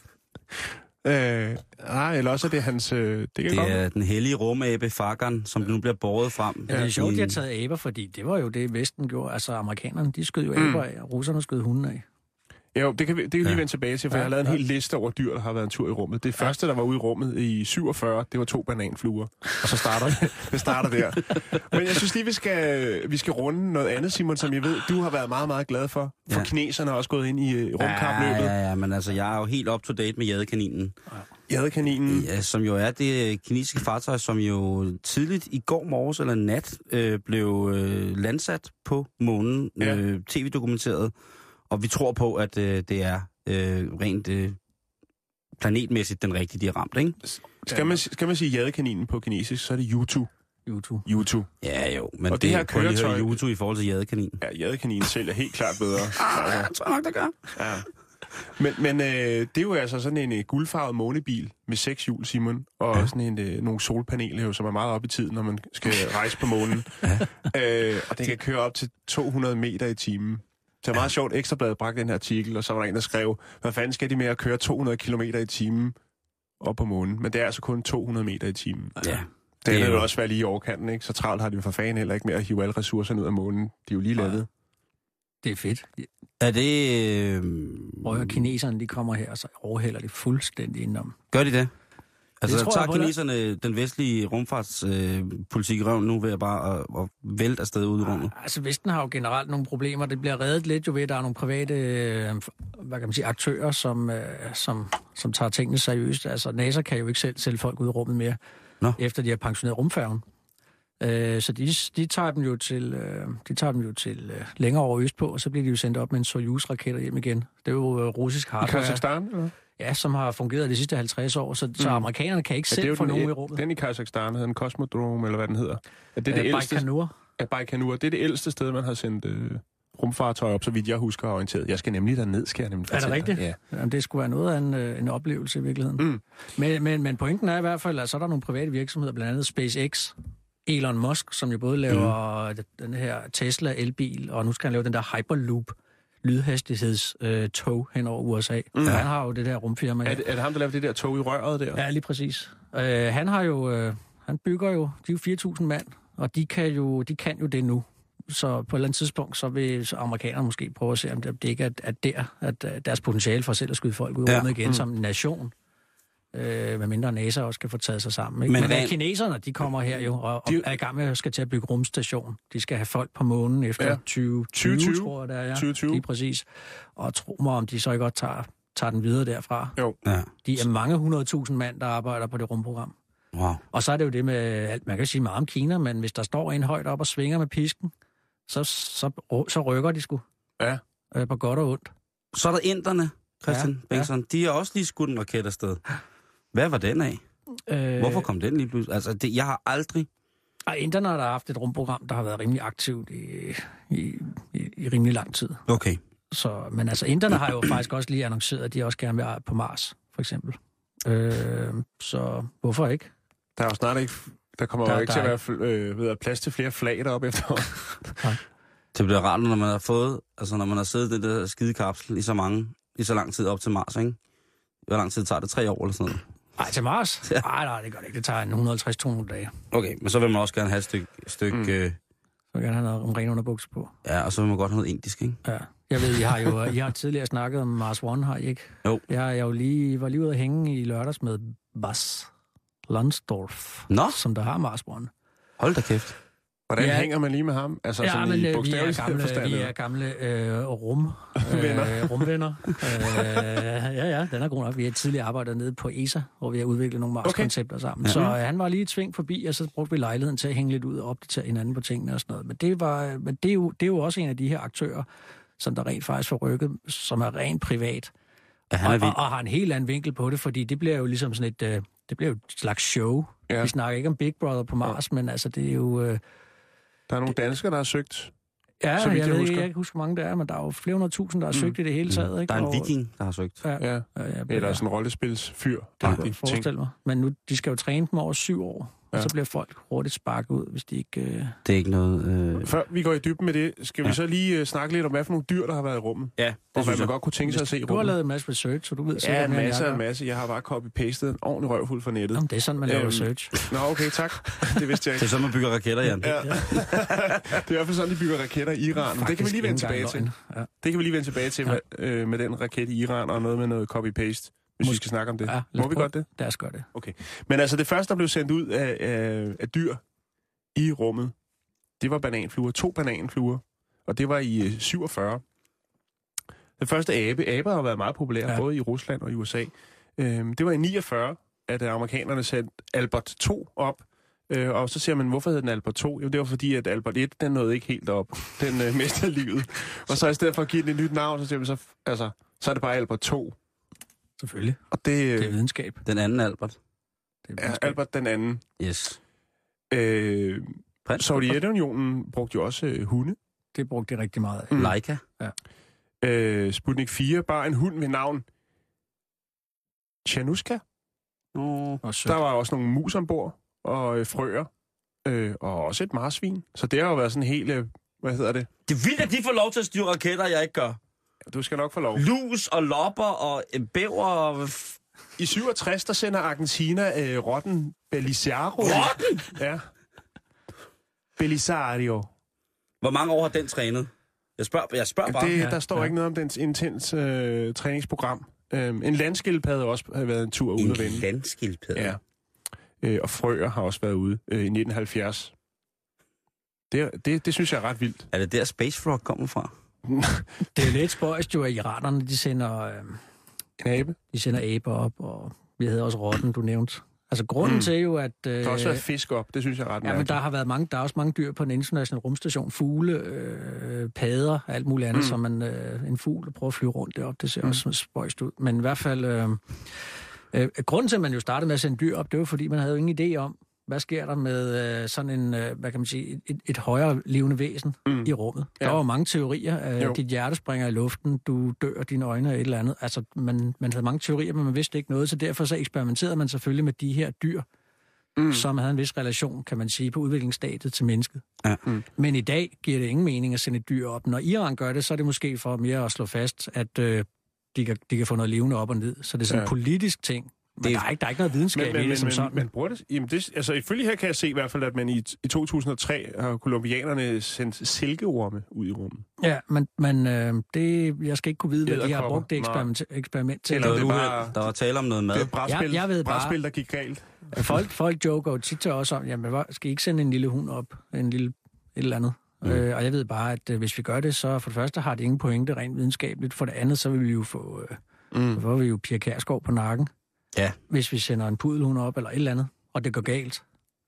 Eller også er det hans... det er den hellige rumabe, Fargan, som nu bliver båret frem. Ja, det er sjovt, de har taget aber, fordi det var jo det, Vesten gjorde. Altså, amerikanerne, de skød jo aber af, og russerne skød hunde af. Jo, det kan vi lige vende tilbage til, for jeg har lavet en hel liste over dyr, der har været en tur i rummet. Det første, der var ude i rummet i 47, det var 2 bananfluer. Og så starter der. Men jeg synes lige, vi skal runde noget andet, Simon, som jeg ved, du har været meget, meget glad for. For kineserne har også gået ind i rumkapløbet. Ja, men altså, jeg er jo helt up to date med jadekaninen. Jadekaninen? Ja, som jo er det kinesiske fartøj, som jo tidligt i går morges eller nat blev landsat på månen, tv-dokumenteret. Og vi tror på, at det er rent planetmæssigt den rigtige, de har ramt, ikke? Skal man sige jadekaninen på kinesisk, så er det Yutu. Yutu. Ja, jo. Men og det her køretøj... Yutu i forhold til jadekaninen. Ja, jadekaninen sælger helt klart bedre. Jeg tror nok, det gør. Ja. Men det er jo altså sådan en guldfarvet månebil med 6 hjul, Simon, og sådan nogle solpaneler, som er meget op i tiden, når man skal rejse på månen. Og den kan køre op til 200 meter i timen. Så det er meget sjovt, Ekstrabladet bragte den her artikel, og så var der en, der skrev, hvad fanden skal de med at køre 200 kilometer i timen op på månen? Men det er altså kun 200 meter i timen. Ja. Det vil jo også være lige i overkanten, ikke? Så travlt har de jo for fanden heller ikke med at hive alle ressourcerne ud af månen. De er jo lige lavet. Det er fedt. Er det... Og kineserne, de kommer her, og så overhælder de fuldstændig indenom. Gør de det? Altså, det tager kineserne den vestlige rumfartspolitik i røven nu ved at bare at vælte afsted ud i rummet? Altså, Vesten har jo generelt nogle problemer. Det bliver reddet lidt jo ved, at der er nogle private hvad kan man sige, aktører, som tager tingene seriøst. Altså, NASA kan jo ikke selv sælge folk ud i rummet mere, efter de har pensioneret rumfærgen. Så de tager dem jo til længere over øst på, og så bliver de jo sendt op med en Soyuz-raketter hjem igen. Det er jo russisk hardware. I Kazakhstan, eller? Ja, som har fungeret de sidste 50 år, så amerikanerne kan ikke selv få nogen i rummet. Den i Kazakhstan hedder en Cosmodrome, eller hvad den hedder. Er det Baikonur. Ja, Baikonur. Det er det ældste sted, man har sendt rumfartøj op, så vidt jeg husker og orienteret. Jeg skal nemlig derned, skal jeg nemlig fortælle. Er det rigtigt? Ja. Jamen, det skulle være noget af en oplevelse i virkeligheden. Men pointen er i hvert fald, at så er der nogle private virksomheder, blandt andet SpaceX, Elon Musk, som jo både laver den her Tesla elbil, og nu skal han lave den der Hyperloop lydhastighedstog hen over USA. Han har jo det der rumfirma. Er det ham, der laver det der tog i røret der? Ja, lige præcis. Han bygger jo, de er jo 4.000 mand, og de kan jo det nu. Så på et eller andet tidspunkt, så vil amerikanerne måske prøve at se, om det ikke er at deres potentiale for selv at skyde folk ud i rummet igen som en nation. Hvad mindre NASA også skal få taget sig sammen. Ikke? Men kineserne, de kommer her jo, og er i gang med at til at bygge rumstation. De skal have folk på månen efter 2020, tror jeg, der er. 2020. Lige præcis. Og tro mig, om de så ikke godt tager den videre derfra. Jo. Ja. De er mange 100.000 mand, der arbejder på det rumprogram. Wow. Og så er det jo det med alt, man kan sige meget om Kina, men hvis der står en højt op og svinger med pisken, så rykker de sgu. Ja. På godt og ondt. Så er der inderne, Christian Bengtsson. Ja. De har også lige skudt en raket afsted. Hvad var den af? Hvorfor kom den lige pludselig? Altså, jeg har aldrig... Inderne har haft et rumprogram, der har været rimelig aktivt i rimelig lang tid. Okay. Men altså, inderne har jo faktisk også lige annonceret, at de også gerne vil på Mars, for eksempel. Så hvorfor ikke? Der er jo snart ikke... Der kommer jo ikke til at være plads til flere flag deroppe efterhånden. Det bliver rart, når man har fået... Altså, når man har siddet i det der skidekapsel i så lang tid op til Mars, ikke? Hvor lang tid tager det? 3 år eller sådan noget? Nej, til Mars? Ja. Nej, det gør det ikke. Det tager 150-200 dage. Okay, men så vil man også gerne have et stykke... Så vil man gerne have noget ren underbukser på. Ja, og så vil man godt have noget indisk, ikke? Ja. Jeg ved, I har tidligere snakket om Mars One, har I ikke? Jo. Jeg var lige ude at hænge i lørdags med Bas Lonsdorf, som der har Mars One. Hold da kæft. Hvordan hænger man lige med ham? Altså sådan i bogstavelig forstand? Vi er gamle rumvenner. Den er god nok. Vi har tidligere arbejdet nede på ESA, hvor vi har udviklet nogle Mars-koncepter sammen. Så han var lige tving forbi, og så brugte vi lejligheden til at hænge lidt ud og opdatere hinanden på tingene og sådan noget. Men det er jo også en af de her aktører, som der rent faktisk får rykket, som er rent privat. Ja, og har en helt anden vinkel på det, fordi det bliver jo ligesom sådan et... det bliver jo et slags show. Ja. Vi snakker ikke om Big Brother på Mars, men altså det er jo... Der er nogle danskere, der har søgt. Ja, jeg kan ikke huske, hvor mange der er, men der er jo flere 100.000, der har søgt i det hele taget. Ikke? Der er en viking, der har søgt. Ja. Eller sådan en rollespilsfyr. Det forestil mig. Men nu, de skal jo træne dem over 7 år, og så bliver folk hurtigt sparket ud, hvis de ikke... Det er ikke noget... Før vi går i dybden med det, skal vi så lige snakke lidt om, hvad for nogle dyr, der har været i rummet? Ja, og hvad man godt kunne tænke sig at se i rummet. Du har lavet en masse research, så du ved sikkert mere. Ja, en masse. Jeg har bare copy-pastet en ordentlig røvfuld fra nettet. Jamen, det er sådan, man laver research. Nå, okay, tak. Det vidste jeg ikke. Det er sådan, man bygger raketter, Jan. Ja. Det er i hvert fald sådan, de bygger raketter i Iran. Men det kan vi lige vende tilbage til. Ja. Det kan vi lige vende tilbage til med den raket i Iran, og noget med noget copy-paste. Hvis vi skal snakke om det. Ja, må vi godt det? Lad os gøre det. Okay. Men altså det første, der blev sendt ud af dyr i rummet, det var bananfluer. 2 bananfluer. Og det var i 47. Den første aber har været meget populær, både i Rusland og i USA. Det var i 49, at amerikanerne sendte Albert 2 op. Og så siger man, hvorfor hed den Albert 2? Jo, det var fordi, at Albert 1, den nåede ikke helt op. Den mistede livet. Og så i stedet for at give den et nyt navn, så siger man så er det bare Albert 2. Selvfølgelig. Og Det er videnskab. Den anden Albert. Det er Ja, videnskab. Albert den anden. Yes. Sovjetunionen brugte jo også hunde. Det brugte de rigtig meget af. Leica. Sputnik 4, bare en hund ved navn Tjernuska. Og sødt. Der var også nogle mus ombord, og frøer, og også et marsvin. Så det har jo været sådan helt, hvad hedder det? Det er vildt, at de får lov til at styre raketter, jeg ikke gør. Du skal nok få lov. Lus og lopper og bæver og... I 67, der sender Argentina rotten Belisario. Rotten? Ja. Belisario. Hvor mange år har den trænet? Jeg spørger bare. Der står ikke noget om dens intens træningsprogram. En landskildpadde har også været en tur ude at vende. En landskildpadde? Ja. Og frøer har også været ude i 1970. Det synes jeg er ret vildt. Er det der Space Frog kommer fra? Det er lidt spøjst jo, at iranerne, de sender... En abe? De sender aber op, og vi havde også rotten, du nævnte. Altså grunden til jo, at... Der har også været fisk op, det synes jeg er ret mærkeligt. Ja, men der er også mange dyr på den internationale rumstation. Fugle, padder, alt muligt andet, som en fugl prøver at flyve rundt deroppe. Det ser også spøjst ud. Men i hvert fald... grunden til, at man jo startede med at sende dyr op, det var, fordi man havde jo ingen idé om, hvad sker der med sådan en, hvad kan man sige, et højere levende væsen i rummet. Ja. Der var mange teorier. Dit hjerte springer i luften, du dør, dine øjne er et eller andet. Altså, man havde mange teorier, men man vidste ikke noget, så derfor så eksperimenterede man selvfølgelig med de her dyr, som havde en vis relation, kan man sige, på udviklingsstadiet til mennesket. Ja. Men i dag giver det ingen mening at sende et dyr op. Når Iran gør det, så er det måske for mere at slå fast, at de kan få noget levende op og ned. Så det er sådan en politisk ting. Men der er ikke noget videnskab i det som sådan. Men bruger det? Jamen altså, ifølge her kan jeg se i hvert fald, at man i 2003 har kolumbianerne sendt silkeorme ud i rummet. Ja, men jeg skal ikke kunne vide, hvad de har brugt det eksperiment til. Eller det bare, der var tale om noget mad. Det er et brætspil, jeg ved brætspil, der gik galt. Folk joker jo tit til os om, jamen, skal I ikke sende en lille hund op? En lille et eller andet. Og jeg ved bare, at hvis vi gør det, så for det første har det ingen pointe rent videnskabeligt. For det andet, så vil vi jo få Pia Kjærsgaard på nakken. Ja. Hvis vi sender en pudelhund op eller et eller andet, og det går galt.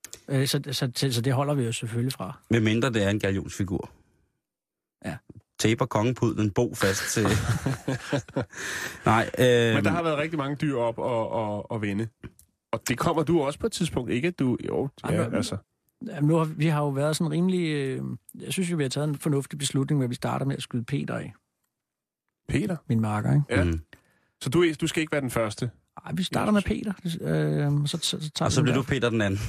Så det holder vi jo selvfølgelig fra. Med mindre det er en galionsfigur. Ja. Taper kongepudlen Bo fast til... Nej. Men der har været rigtig mange dyr op og vende. Og det kommer du også på et tidspunkt, ikke? Du, jo, ja, altså. Vi har jo været sådan rimelig... jeg synes jo, vi har taget en fornuftig beslutning, hvor vi starter med at skyde Peter af. Peter? Min marker, ikke? Ja. Så du skal ikke være den første? Ej, vi starter med Peter. Og så bliver du Peter den anden.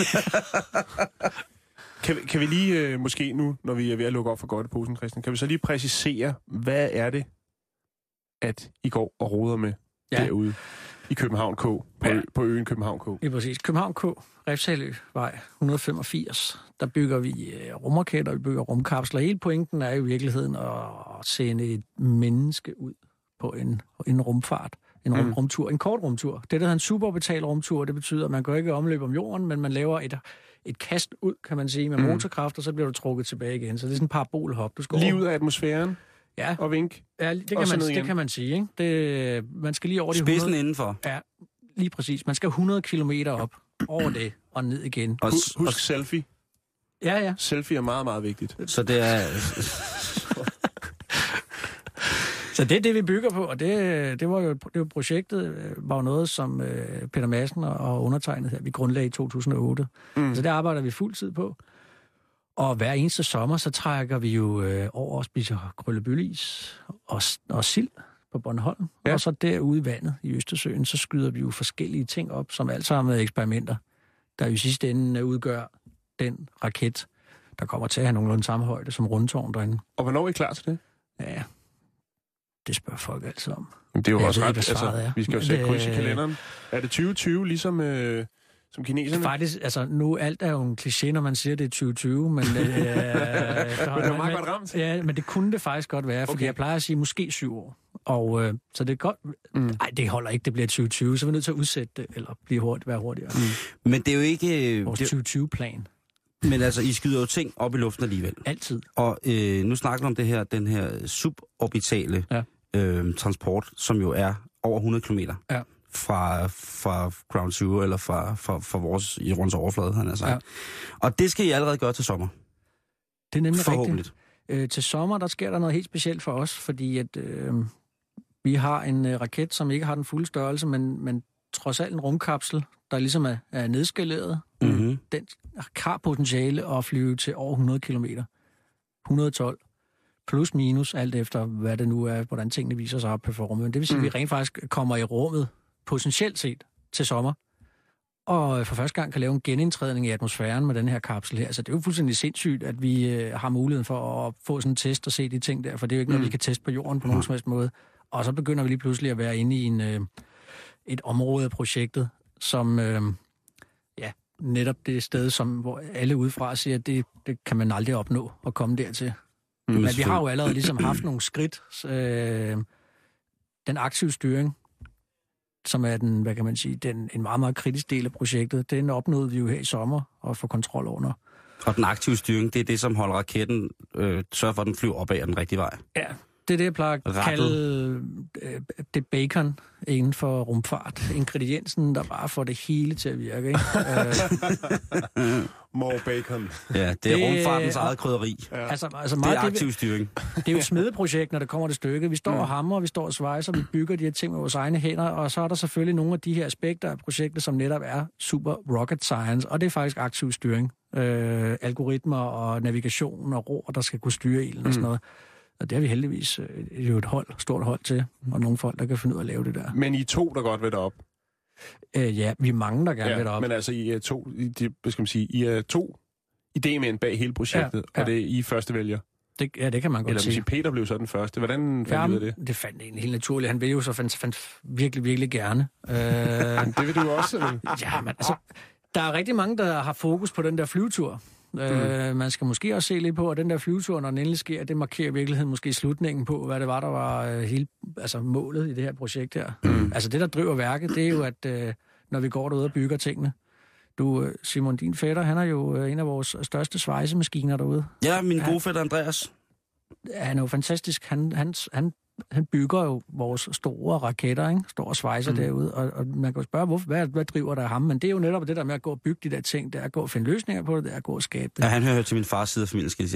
Kan vi lige, måske nu, når vi er ved at lukke op for godteposen, Christian, kan vi så lige præcisere, hvad er det, at I går og roder med derude i København K, på øen København K? Det er præcis. København K, Refshaløvej 185. Der bygger vi rumraketter, vi bygger rumkapsler. Hele pointen er i virkeligheden at sende et menneske ud på en rumfart. En rumtur, en kort rumtur. Det, der hedder en suborbital rumtur, det betyder, at man går ikke omløb om jorden, men man laver et kast ud, kan man sige, med motorkraft, og så bliver du trukket tilbage igen. Så det er sådan en parabolhop. Du skal lige ud af atmosfæren ja. Og vink. Ja, det kan man sige. Ikke? Man skal lige over de spidsen 100... indenfor. Ja, lige præcis. Man skal 100 kilometer op over det og ned igen. Husk selfie. Ja. Selfie er meget, meget vigtigt. Så det er... Så det er det, vi bygger på, og det var jo projektet, var jo noget, som Peter Madsen og undertegnet her, vi grundlagde i 2008. Så det arbejder vi fuld tid på. Og hver eneste sommer, så trækker vi jo over og spiser krøllebølleis og sild på Bornholm. Ja. Og så derude i vandet i Østersøen, så skyder vi jo forskellige ting op, som alt sammen er eksperimenter, der jo i sidste ende udgør den raket, der kommer til at have nogenlunde samme højde som rundtårn derinde. Og hvornår er I klar til det? Ja, det spørger folk altid om. Men det er jo også ret, altså, vi skal jo sætte kryds i kalenderen. Er det 2020, ligesom som kineserne? Faktisk, altså nu alt er jo en kliché, når man siger, det er 2020, men... men det var meget godt ramt. Ja, men det kunne det faktisk godt være, fordi jeg plejer at sige måske 7 år. Og så det er godt... Nej, det holder ikke, det bliver 2020, så er vi nødt til at udsætte det, eller være hurtigere. Men det er jo ikke... Vores 2020-plan. Men altså, I skyder jo ting op i luften alligevel. Altid. Og nu snakker vi om det her, den her suborbitale transport, som jo er over 100 kilometer fra Ground Zero, eller fra vores jordens overflade, han har sagt. Ja. Og det skal I allerede gøre til sommer. Det er nemlig rigtigt. Til sommer, der sker der noget helt specielt for os, fordi at Vi har en raket, som ikke har den fulde størrelse, men trods alt en rumkapsel, der ligesom er nedskaleret. Mm-hmm. Den har potentiale at flyve til over 100 kilometer. 112. Plus minus, alt efter hvad det nu er, hvordan tingene viser sig op på rummet. Men det vil sige, at vi rent faktisk kommer i rummet, potentielt set, til sommer. Og for første gang kan lave en genindtrædning i atmosfæren med den her kapsel her. Så det er jo fuldstændig sindssygt, at vi har muligheden for at få sådan en test og se de ting der, for det er jo ikke noget, vi kan teste på jorden på nogen som helst måde. Og så begynder vi lige pludselig at være inde i et område af projektet, som netop det sted, hvor alle udefra siger, at det kan man aldrig opnå at komme dertil. Men vi har jo allerede ligesom haft nogle skridt. Den aktive styring, som er den, hvad kan man sige, en meget, meget kritisk del af projektet, den opnåede vi jo her i sommer at få kontrol under. Og den aktive styring, det er det, som holder raketten, sørger for, at den flyver opad af den rigtige vej. Ja, det er det, jeg plejer at kalde det bacon inden for rumfart. Ingrediensen, der bare får det hele til at virke, ikke? More bacon. Ja, det er rumfartens eget krydderi. Ja. Altså meget det er aktiv styring. Det er jo et smedeprojekt, når det kommer til stykket. Vi står og hamrer, vi står og svejser, vi bygger de her ting med vores egne hænder, og så er der selvfølgelig nogle af de her aspekter af projektet, som netop er super rocket science, og det er faktisk aktiv styring. Algoritmer og navigation og ror, der skal kunne styre ilden og sådan noget. Og det har vi heldigvis jo et stort hold til, og nogle folk, der kan finde ud af at lave det der. Men I er to, der godt vil derop? Ja, vi er mange, der gerne vil derop. Men altså, I er to, I er to idémænd bag hele projektet, og det er I første vælger? Det kan man godt sige. Eller Peter blev så den første. Hvordan fandt I ud af det? Det fandt egentlig helt naturligt. Han ville jo så fandt virkelig, virkelig gerne. Det vil du også, eller? Ja, men altså, der er rigtig mange, der har fokus på den der flyvetur. Man skal måske også se lidt på, at den der flyvetur, når den endelig sker, det markerer i virkeligheden måske slutningen på, hvad det var, der var hele målet i det her projekt her. Altså det, der driver værket, det er jo, at når vi går derude og bygger tingene. Simon, din fætter, han er jo en af vores største svejsemaskiner derude. Ja, min gode fætter Andreas. Han er jo fantastisk. Han bygger jo vores store raketter, ikke? Står og svejser derude, og man kan jo spørge, hvad driver der ham? Men det er jo netop det der med at gå og bygge de der ting, det er at gå og finde løsninger på det, det er at gå og skabe det. Ja, han hører til min fars side af familien, skal jeg sige.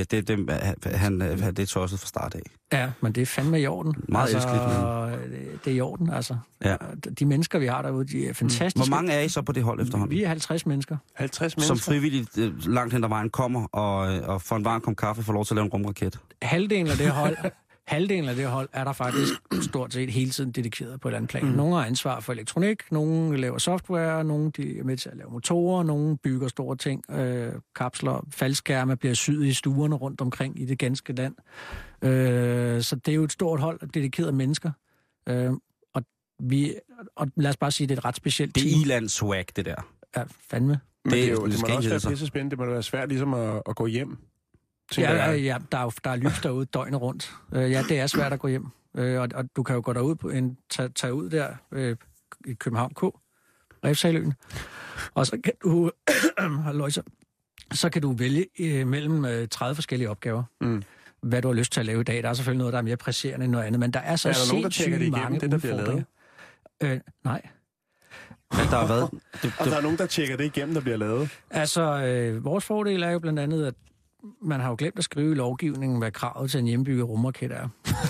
Det er tosset fra start af. Ja, men det er fandme i orden. Meget elskeligt. Det er i orden, altså. Ja. De mennesker, vi har derude, de er fantastiske. Hvor mange er I så på det hold efterhånden? Vi er 50 mennesker. 50 mennesker? Som frivilligt langt hen ad vejen kommer og får en varm kop kaffe får lov til at lave en rumraket. Halvdelen af det hold er der faktisk stort set hele tiden dedikeret på et eller andet plan. Nogle har ansvar for elektronik, nogle laver software, nogle de er med til at lave motorer, nogle bygger store ting, kapsler, faldskærme bliver syet i stuerne rundt omkring i det ganske land. Så det er jo et stort hold af dedikerede mennesker. Og lad os bare sige, det er et ret specielt team. Det er iland-swag, det der. Ja, fandme. Men det må også være pisse spændende. Det må være svært ligesom at gå hjem. Ja, der er lys derude døgnet rundt. Ja, det er svært at gå hjem. Og du kan jo gå derud på tage ud der i København K, Refshaleøen. Og så kan du så kan du vælge mellem 30 forskellige opgaver. Hvad du har lyst til at lave i dag. Der er selvfølgelig noget, der er mere presserende end noget andet, men der er så sindssygt mange det, der bliver lavet? Nej. Men der er hvad? Og der er nogen, der tjekker det igennem, der bliver lavet? Altså, vores fordel er jo blandt andet, at man har jo glemt at skrive i lovgivningen, hvad kravet til en hjemmebygget rumraket er.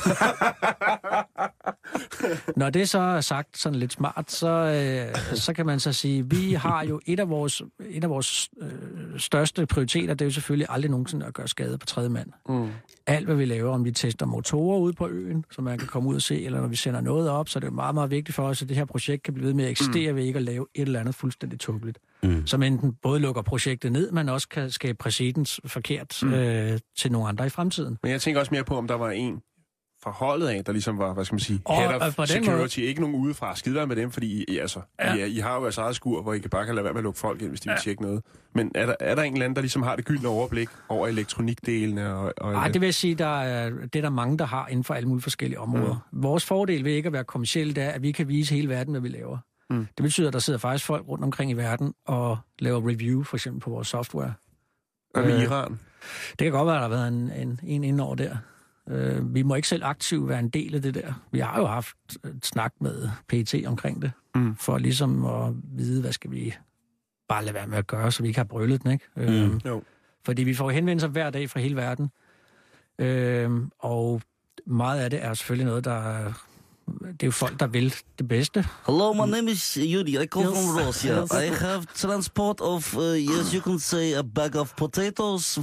Når det så er sagt sådan lidt smart, så kan man så sige, vi har jo et af vores største prioriteter, det er jo selvfølgelig aldrig nogensinde at gøre skade på tredje mand. Alt, hvad vi laver, om vi tester motorer ude på øen, så man kan komme ud og se, eller når vi sender noget op, så det er meget, meget vigtigt for os, at det her projekt kan blive ved med at eksistere ved ikke at lave et eller andet fuldstændig tåbeligt. Som enten både lukker projektet ned, men også kan skabe præcedens forkert til nogle andre i fremtiden. Men jeg tænker også mere på, om der var en fra holdet af, der ligesom var, hvad skal man sige, head of security, ikke nogen udefra. Skidere med dem, fordi I har jo jeres eget skur, hvor I kan bare kan lade være med at lukke folk ind, hvis de vil tjekke noget. Men er der en eller anden, der ligesom har det gyldne overblik over elektronikdelene? Nej, det vil jeg sige, det er der mange, der har inden for alle mulige forskellige områder. Vores fordel ved ikke at være kommercielle, det er, at vi kan vise hele verden, hvad vi laver. Det betyder, at der sidder faktisk folk rundt omkring i verden og laver review, for eksempel på vores software. Og med Iran? Det kan godt være, at der har været en indover der. Vi må ikke selv aktivt være en del af det der. Vi har jo haft et snak med PET omkring det, for ligesom at vide, hvad skal vi bare lade være med at gøre, så vi ikke har brøllet den, ikke? Fordi vi får henvendelser hver dag fra hele verden. Og meget af det er selvfølgelig noget, der det er jo folk, der vil det bedste. Hello, my name is Yuri. I come from Russia. Yes. I have transport of, yes, you can say a bag of potatoes.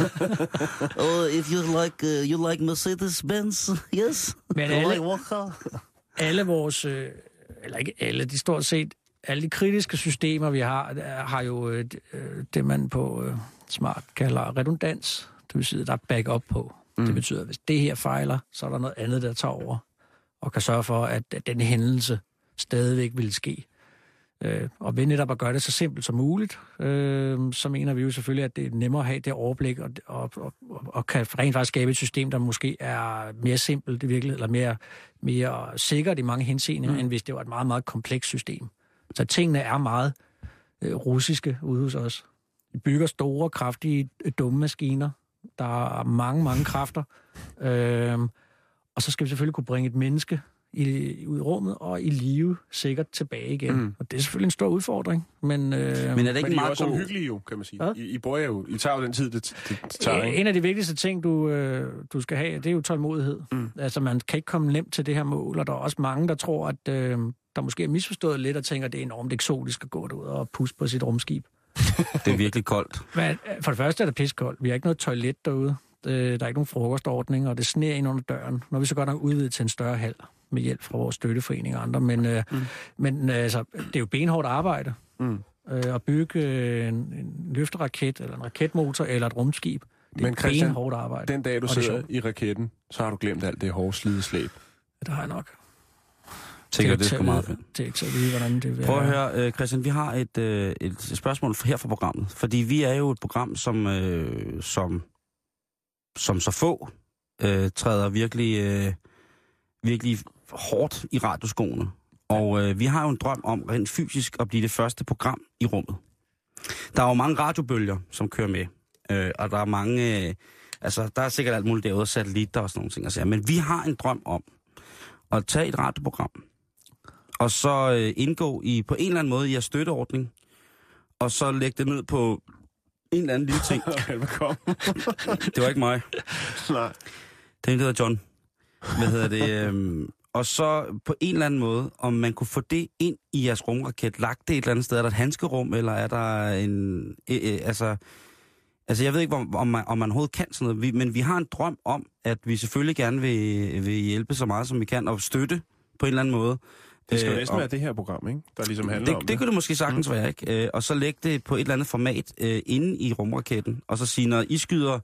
Or if you like Mercedes-Benz, yes. Men alle vores, eller ikke alle, de stort set, alle de kritiske systemer, vi har jo det, man på smart kalder redundans. Det vil sige, der er backup på. Det betyder, at hvis det her fejler, så er der noget andet, der tager over og kan sørge for, at den hændelse stadigvæk vil ske. Og ved netop at gøre det så simpelt som muligt, så mener vi jo selvfølgelig, at det er nemmere at have det overblik og kan rent faktisk skabe et system, der måske er mere simpelt i virkeligheden, eller mere sikkert i mange henseender, end hvis det var et meget, meget komplekst system. Så tingene er meget russiske ude hos os. Vi bygger store, kraftige, dumme maskiner. Der er mange, mange kræfter. Og så skal vi selvfølgelig kunne bringe et menneske ud i rummet og i live sikkert tilbage igen. Og det er selvfølgelig en stor udfordring. Men er det ikke meget også omhyggelige jo, kan man sige. I tager jo den tid, det tager. En af de vigtigste ting, du skal have, det er jo tålmodighed. Altså, man kan ikke komme nemt til det her mål, og der er også mange, der tror, at der måske er misforstået lidt og tænker, at det er enormt eksotisk at gå derud og puste på sit rumskib. Det er virkelig koldt. Men for det første er det pissekoldt. Vi har ikke noget toilet derude. Der er ikke nogen frokostordning, og det sner ind under døren. Når vi så godt nok udvidet til en større hal med hjælp fra vores støtteforening og andre. Men altså, det er jo benhårdt arbejde at bygge en løfteraket, eller en raketmotor, eller et rumskib. Det er benhårdt arbejde. Den dag, du sidder i raketten, så har du glemt alt det hårde slideslæb. Det har jeg nok. Tænker, det er sgu meget fedt. Det er ikke så lige, hvordan det vil. Prøv at høre, Christian, vi har et spørgsmål her fra programmet. Fordi vi er jo et program, som så få træder virkelig hårdt i radioskoene. Og vi har jo en drøm om rent fysisk at blive det første program i rummet. Der er jo mange radiobølger, som kører med. Og der er mange... der er sikkert alt muligt derude, satellitter og sådan nogle ting. Altså, men vi har en drøm om at tage et radioprogram, og så indgå på en eller anden måde i jeres støtteordning, og så lægge det ned på en eller anden lille ting. Det var ikke mig. Nej. Det hedder John. Hvad hedder det? Og så på en eller anden måde, om man kunne få det ind i jeres rumraket, lagt det et eller andet sted. Er der et handskerum, eller er der en... Altså, jeg ved ikke, om man overhovedet kan sådan noget, men vi har en drøm om, at vi selvfølgelig gerne vil hjælpe så meget, som vi kan, og støtte på en eller anden måde. Det skal jo næsten være det her program, ikke? Der ligesom handler om det. Det kunne det måske sagtens være, ikke? Og så lægge det på et eller andet format inde i rumraketten, og så sige, når I skyder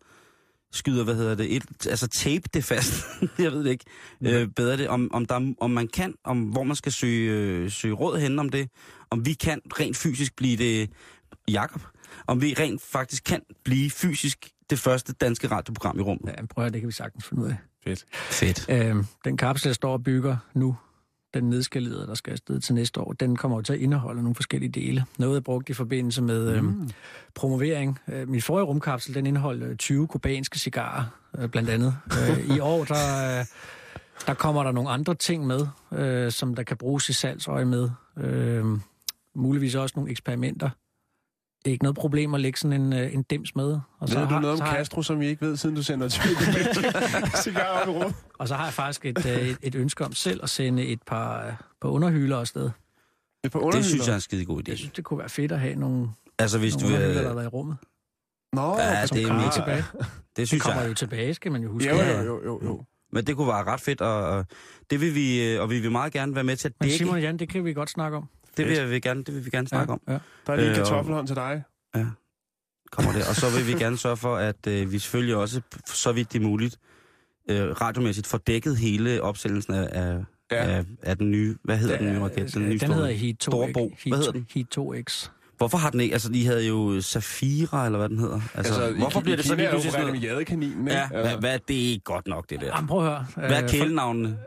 tape det fast. Jeg ved det ikke. Bedre det, om man kan, hvor man skal søge råd hen om det, om vi kan rent fysisk blive det, Jakob, om vi rent faktisk kan blive fysisk det første danske radioprogram i rummet. Ja, prøv at det kan vi sagtens finde ud af. Fedt. Den kapsel, der står og bygger nu, den nedskalerede, der skal afsted til næste år, den kommer jo til at indeholde nogle forskellige dele. Noget er brugt i forbindelse med promovering. Min forrige rumkapsel, den indeholdt 20 kubanske cigarer, blandt andet. I år, der kommer der nogle andre ting med, som der kan bruges i salgsøje med. Muligvis også nogle eksperimenter. Det er ikke noget problem at lægge sådan en dims med. Og så ved du noget om Castro, som vi ikke ved, siden du sender 20 cigarer op i rum? Og så har jeg faktisk et ønske om selv at sende et par underhylder afsted. Det synes jeg er en skide god idé. Jeg synes, det kunne være fedt at have nogle hvis du underhylder, der er i rummet. Nå, ja, det er mega tilbage. Det synes kommer jo tilbage, skal man jo huske. Jo. Men det kunne være ret fedt, og det vil vi vil meget gerne være med til at dække. Men Simon og Jan, det kan vi godt snakke om. Det vil vi gerne snakke om. Ja. Der er lige en kartoffelhånd til dig. Ja, kommer det. Og så vil vi gerne sørge for, at vi selvfølgelig også, så vidt det er muligt, radiomæssigt får dækket hele opsættelsen af den nye, hvad hedder den nye raket? Den hedder Heat 2X. Hvad hedder den? Heat 2X. Hvorfor har den ikke? Altså, de havde jo Safira, eller hvad den hedder. Altså hvorfor bliver det så lige pludselig sådan noget? Jadekaninen, ikke? Ja, hvad er det ikke godt nok, det der? Jamen, prøv at høre. Hvad er kælenavnene?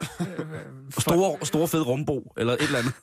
Store fed rumbo, eller et eller andet.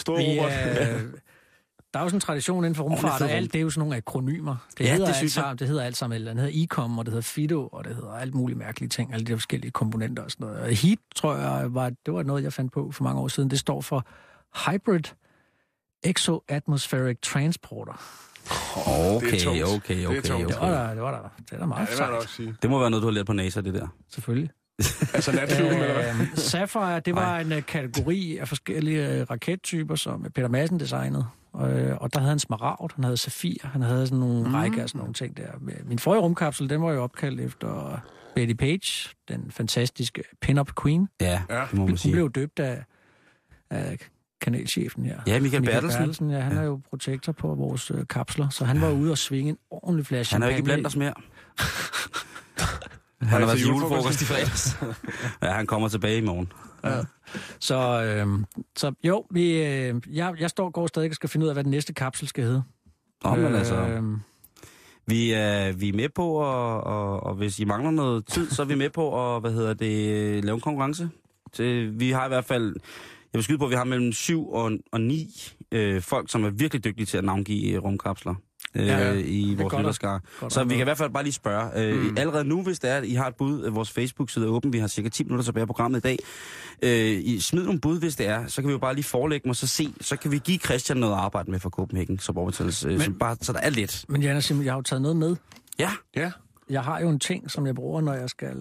Der er jo sådan en tradition inden for rumfart, og alt det er jo sådan nogle akronymer. Det hedder alt sammen, eller det hedder ICOM, og det hedder FIDO, og det hedder alt muligt mærkelige ting, alle de forskellige komponenter og sådan noget. HEAT, tror jeg, det var noget, jeg fandt på for mange år siden. Det står for Hybrid Exo-Atmospheric Transporter. Okay. Det var da meget sejt. Det må være noget, du har lært på NASA, det der. Selvfølgelig. Altså natklubben, eller hvad? Sapphire, det var en kategori af forskellige rakettyper, som Peter Madsen designede. Og der havde han Smaragd, han havde Safir, han havde sådan nogle række af sådan nogle ting der. Min forrige rumkapsel, den var jo opkaldt efter Betty Page, den fantastiske pin-up queen. Ja, det må man Hun sige. blev døbt af kanalchefen her. Ja, Michael Bertelsen. Ja, han er jo protektor på vores kapsler, så han var ude og svinge en ordentlig flaske Han er jo ikke champagne. blandt os mere. Han har været til julefrokost i fredags. Ja, han kommer tilbage i morgen. Ja. Så jo, jeg går stadig og skal finde ud af, hvad den næste kapsel skal hedde. Men altså, vi er med på, og hvis I mangler noget tid, så er vi med på at, lave en konkurrence. Vi har i hvert fald, jeg vil skyde på, at vi har mellem 7 og 9 folk, som er virkelig dygtige til at navngive rumkapsler. I vores lytterskare. Så vi kan i hvert fald bare lige spørge. Allerede nu, hvis det er, at I har et bud, vores Facebook-side er åben, vi har cirka 10 minutter tilbage af programmet i dag. I smid nogle bud, hvis det er, så kan vi jo bare lige forelægge mig, så kan vi give Christian noget arbejde med fra Copenhagen, så der er lidt. Men Jan og Simon, jeg har jo taget noget med. Ja. Jeg har jo en ting, som jeg bruger, når jeg skal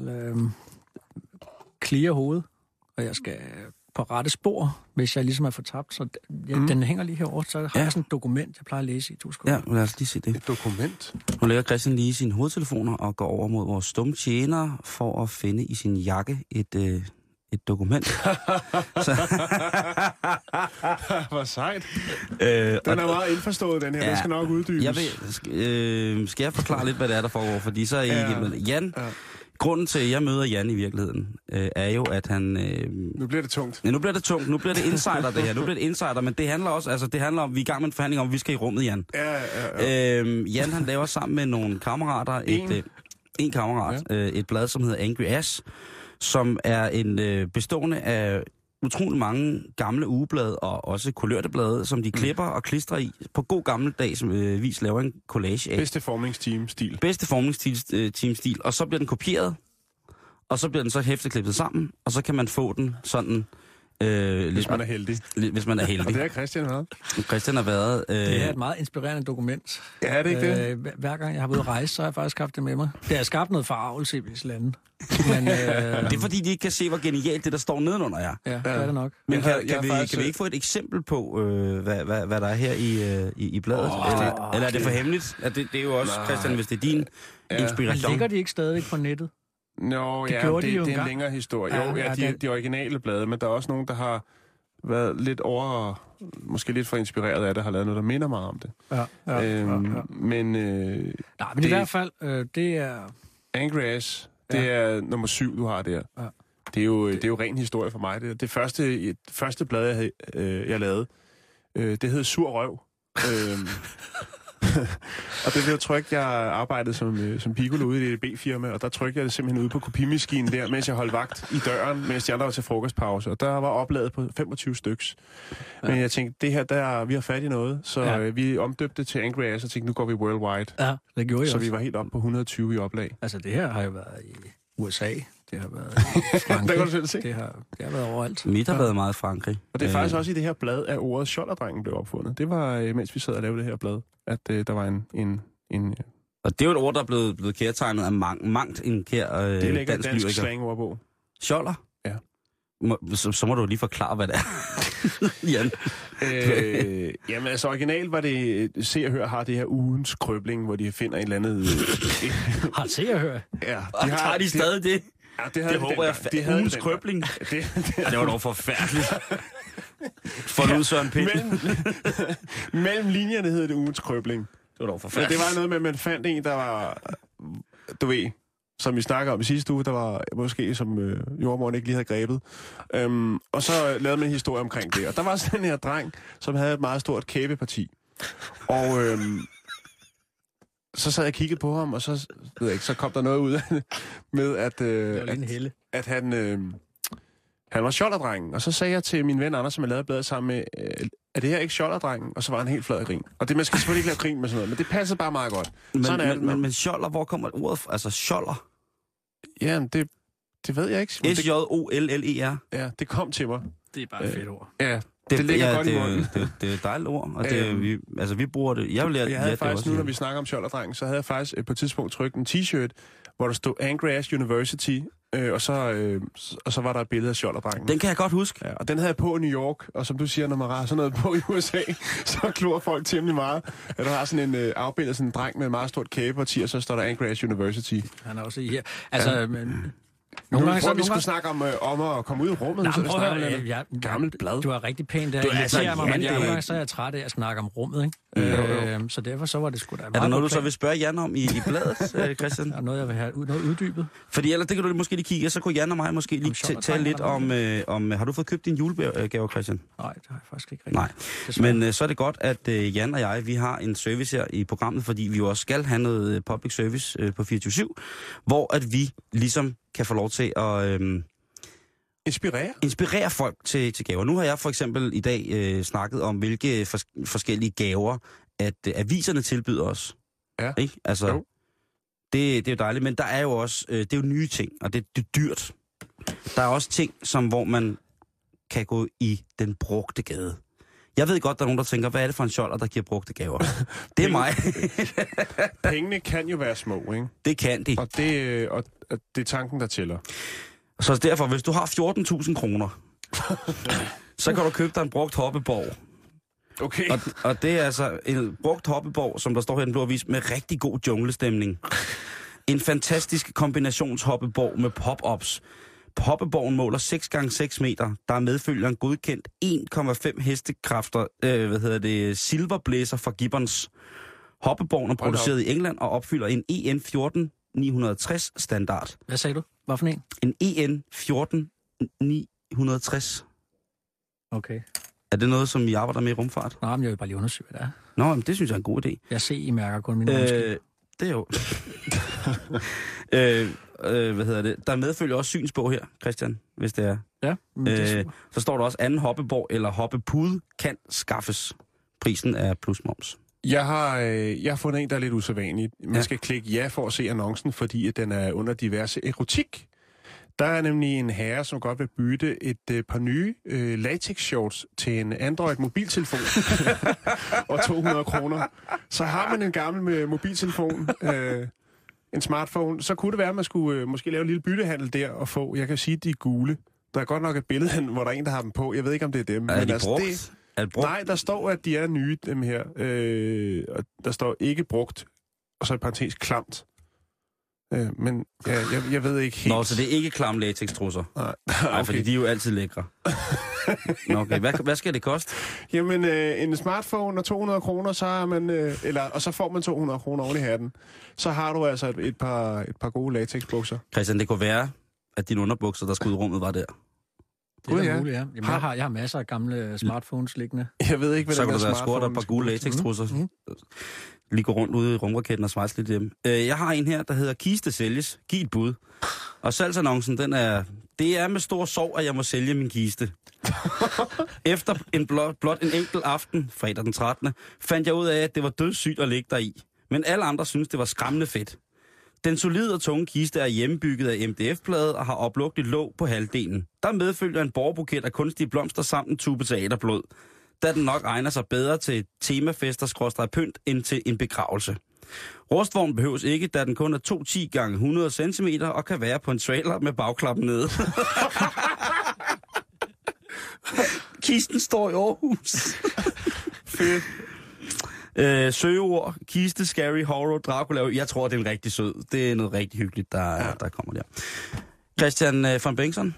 clear hovedet, og jeg skal på rette spor, hvis jeg ligesom er fortabt. Så den hænger lige herovre, så har jeg sådan et dokument, jeg plejer at læse i 2 sekunder. Ja, lad os lige se det. Et dokument? Nu lægger Christian lige sine hovedtelefoner og går over mod vores stumme tjener for at finde i sin jakke et dokument. Hvor sejt. Den er meget indforstået, den her. Den skal nok uddybes. Skal jeg forklare lidt, hvad det er, der foregår? Fordi så er I ikke med. Jan, grunden til, at jeg møder Jan i virkeligheden, er jo, at han... Nu bliver det tungt. Ja, nu bliver det tungt. Nu bliver det insider, det her. Nu bliver det insider, men det handler også... Altså, det handler om, vi er i gang med en forhandling om, vi skal i rummet, Jan. Jan, han laver sammen med nogle kammerater en kammerat, et blad, som hedder Angry Ass, som er en bestående af utrolig mange gamle ugeblade og også kulørte blade, som de klipper og klistrer i. På god gammeldags vis laver en collage af. Bedste formningsteam-stil. Bedste formningsteam-stil. Og så bliver den kopieret, og så bliver den så hæfteklippet sammen, og så kan man få den sådan... hvis man er heldig. Hvis man er heldig. Og det har Christian været. Christian har været... Det er et meget inspirerende dokument. Ja, er det ikke det? Hver gang jeg har været ude at rejse, så har jeg faktisk haft det med mig. Det har skabt noget forarvelse i visse lande. Men, det er fordi, de ikke kan se, hvor genialt det, der står nedenunder jer. Ja, det er det nok. Men kan vi ikke få et eksempel på, hvad der er her i bladet? Eller er det for hemmeligt? Det er jo også, Christian, hvis det er din inspiration. Ligger de ikke stadigvæk på nettet? Nå, det er en længere historie. De originale blade, men der er også nogen, der har været lidt måske lidt for inspireret af det, har lavet noget, der minder meget om det. Men i hvert fald, det er... Angry Ass, det er nummer 7, du har der. Ja. Det er jo ren historie for mig. Det første blad, jeg lavede, det hed Sur Røv. Og det blev trykt, jeg arbejdede som piccolo ude i et EDB-firma, og der trykte jeg det simpelthen ude på kopimaskinen der, mens jeg holdt vagt i døren, mens de andre var til frokostpause. Og der var opladet på 25 styks. Men jeg tænkte, det her, vi har fat i noget, så vi omdøbte det til Angry Ass, og tænkte, nu går vi worldwide. Ja, det gjorde jeg så også. vi var helt oppe på 120 i oplag. Altså, det her har jo været i USA. Det har været i Frankrig. Der kan du selv se. Det har været overalt. Mit har været meget i Frankrig. Og det er faktisk også i det her blad, at ordet Skjolderdrengen blev opfundet. Det var, mens vi sad og lavede det her blad, at der var en Og det er jo et ord, der er blevet kærtegnet af mangt en kær det er dansk lyriker. Slangordbog. Skjolder? Ja. Så må du lige forklare, hvad det er. Jan. Jamen altså, originalt var det Se og Hør har det her ugens krøbling, hvor de finder et eller andet... Har Se og Hør? Ja. Har de stadig det? Ja, det håber jeg. Det havde ugens krøbling. Det var dog forfærdeligt. For ud Søren Pind. Mellem linjerne hed det ugens krøbling. Det var dog forfærdeligt. Det var noget med, at man fandt en, der var... Du ved, som vi snakker om i sidste uge, der var måske, som jordmoren ikke lige havde grebet. Og så lavede man en historie omkring det. Og der var sådan en her dreng, som havde et meget stort kæbeparti. Og så sad jeg og kiggede på ham, og så, ved jeg ikke, så kom der noget ud af det, med at han var skjolderdrengen. Og så sagde jeg til min ven Anders, som jeg lavede bladet sammen med, er det her ikke skjolderdrengen? Og så var han helt flad af grin. Og det, man skal selvfølgelig ikke lave grin med sådan noget, men det passer bare meget godt. Men skjolder, hvor kommer ordet fra? Altså skjolder? Ja, det ved jeg ikke. S-J-O-L-L-E-R. Ja, det kom til mig. Det er bare et fedt ord. Ja, det ligger godt i munden. Det er et dejligt ord, og vi bruger det. Jeg havde faktisk, nu når vi snakker om skjolderdrengen, så havde jeg faktisk på et tidspunkt trykt en t-shirt, hvor der stod Angry Ass University, og så var der et billede af skjolderdrengen. Den kan jeg godt huske. Ja, og den havde jeg på i New York, og som du siger, når man har sådan noget på i USA, så klor folk temmelig meget. At der har sådan en afbildet sådan en dreng med en meget stort kæbeparti, og så står der Anchorage University. Han er også i her. Altså, ja. Nogle gange så vi skulle snakke om at komme ud i rummet. Nå, prøv at høre, gammelt blad. Du er rigtig pæn der. Du er altså nogle gange så er jeg træt af at snakke om rummet, ikke? Så derfor så var det sgu da meget. Er der noget, du så vil spørge Jan om i bladet, Christian? Der er noget, jeg vil have noget uddybet. Fordi ellers, det kan du måske lige kigge, så kunne Jan og mig måske lige tale lidt om har du fået købt din julegave, Christian? Nej, det har jeg faktisk ikke rigtig. Nej, men så er det godt, at Jan og jeg, vi har en service her i programmet, fordi vi jo også skal have noget public service på 24/7, hvor at vi ligesom kan få lov til at inspirere folk til gaver. Nu har jeg for eksempel i dag snakket om, hvilke forskellige gaver, at aviserne tilbyder os. Ja. Ikke? Altså, det er jo dejligt, men der er jo også, det er jo nye ting, og det er dyrt. Der er også ting, hvor man kan gå i den brugte gade. Jeg ved godt, der er nogen, der tænker, hvad er det for en skjolder, der giver brugte gaver? Det er mig. Pengene kan jo være små, ikke? Det kan de. Og det er tanken, der tæller. Så derfor, hvis du har 14.000 kroner, så kan du købe dig en brugt hoppeborg. Okay. Og det er altså en brugt hoppeborg, som der står her i den blå avis, med rigtig god junglestemning. En fantastisk kombinationshoppeborg med pop-ups. Hoppeborgen måler 6x6 meter. Der er medfølgeren godkendt 1,5 hestekræfter, silverblæser fra Gibbons. Hoppeborgen er produceret i England og opfylder en EN 14960 standard. Hvad sagde du? Hvad for en? En EN 14960. Okay. Er det noget, som I arbejder med i rumfart? Nej, men jeg vil bare lige undersøge, hvad det er. Nå, men det synes jeg er en god idé. Jeg ser, I mærker kun mine mennesker. Det er jo... Der medfølger også synsbog her, Christian, hvis det er. Ja, men det er så står der også, anden hoppeborg eller hoppepude kan skaffes. Prisen er plus moms. Jeg har fundet en, der er lidt usædvanlig. Man skal klikke ja for at se annoncen, fordi den er under diverse erotik. Der er nemlig en herre, som godt vil bytte et par nye latex shorts til en Android-mobiltelefon. Og 200 kroner. Så har man en gammel mobiltelefon, en smartphone, så kunne det være, at man skulle måske lave en lille byttehandel der og få, jeg kan sige, de er gule. Der er godt nok et billede, hvor der er en, der har dem på. Jeg ved ikke, om det er dem. Er de altså, brugt? Nej, der står, at de er nye, dem her. Og der står ikke brugt, og så i parentes klamt. Men ja, jeg ved ikke helt... Nå, så det er ikke klam latex-trusser? Nej, okay. Fordi de er jo altid lækre. Nå, okay. Hvad skal det koste? Jamen, en smartphone og 200 kroner, så har man... og så får man 200 kroner oven i hatten. Så har du altså et par gode latexbukser. Christian, det kunne være, at dine underbukser, der skulle ud i rummet, var der. Det er da muligt, ja. Jamen, jeg har masser af gamle smartphones liggende. Jeg ved ikke, hvad så det er. Så kan du da score dig et par gode latex-trusser. Lige gå rundt ude i rumraketten og svejse lidt hjemme. Jeg har en her, der hedder Kiste sælges. Giv et bud. Og salgsannoncen, det er med stor sorg, at jeg må sælge min kiste. Efter blot en enkelt aften, fredag den 13., fandt jeg ud af, at det var dødssygt at ligge der i. Men alle andre synes det var skræmmende fedt. Den solide og tunge kiste er hjemmebygget af MDF-plade og har oplugteligt låg på halvdelen. Der medfølger en borgerbuket af kunstige blomster samt en tube teaterblod, da den nok egner sig bedre til temafester pynt end til en begravelse. Rustvogn behøves ikke, da den kun er 210 x 100 cm og kan være på en trailer med bagklappen nede. Kisten står i Aarhus. Fedt. Søgeord, kiste, scary, horror, Dracula. Jeg tror, det er en rigtig sød. Det er noget rigtig hyggeligt, der kommer der. Christian von Bengtsson.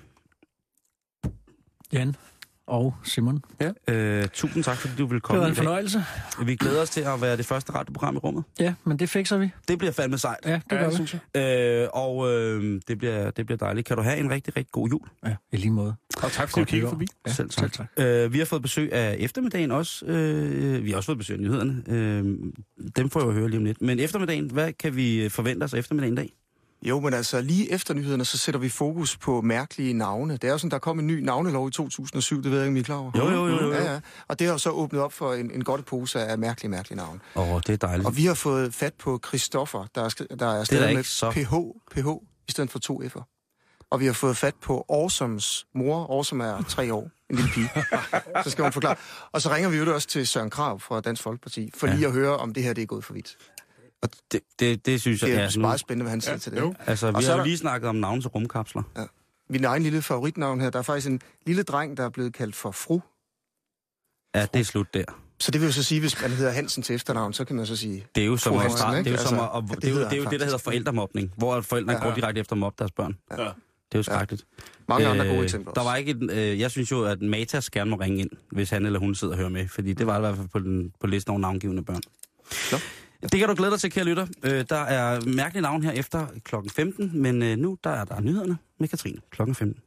Jan og Simon. Ja. Tusind tak, fordi du ville komme. Det var en fornøjelse. Vi glæder os til at være det første radioprogram i rummet. Ja, men det fikser vi. Det bliver fandme sejt. Ja, det gør vi. Synes jeg. Det bliver dejligt. Kan du have en rigtig, rigtig god jul? Ja, i lige måde. Og tak fordi du kiggede forbi. Ja, selv tak. Vi har fået besøg af eftermiddagen også. Vi har også fået besøg af nyhederne. Dem får jeg jo høre lige om lidt. Men eftermiddagen, hvad kan vi forvente os af eftermiddagen i dag? Jo, men altså lige efter nyhederne, så sætter vi fokus på mærkelige navne. Det er jo sådan, der kom en ny navnelov i 2007, det ved jeg ikke, om I er klar over. Jo. Ja. Og det har jo så åbnet op for en godt pose af mærkelige navne. Det er dejligt. Og vi har fået fat på Christoffer, der er stadig med så... PH i stedet for 2 F'er. Og vi har fået fat på Awesomes mor. Awesome er 3 år, en lille pige. Så skal hun forklare. Og så ringer vi jo også til Søren Krav fra Dansk Folkeparti, for lige at høre, om det her det er gået for vidt. Og det synes jeg... Det er meget spændende, hvad han siger til det. Jo. Altså, vi har jo lige snakket om navne til rumkapsler. Ja. Min egen lille favoritnavn her, der er faktisk en lille dreng, der er blevet kaldt for Fru. Ja, det er slut der. Så det vil jo så sige, hvis man hedder Hansen til efternavn, så kan man så sige... Det er jo som det er jo det, der hedder forældremobning, hvor forældrene går direkte efter at mobbe deres børn. Ja. Det er jo skrækkeligt. Mange andre gode eksempler også. Der var ikke jeg synes jo, at Matas gerne må ringe ind, hvis han eller hun sidder og hører med, fordi det var i hvert fald på listen over navngivende børn. Ja. Det kan du glæde dig til, kære lytter. Der er mærkelige navn her efter klokken 15, men nu der er der nyhederne med Katrine klokken 15.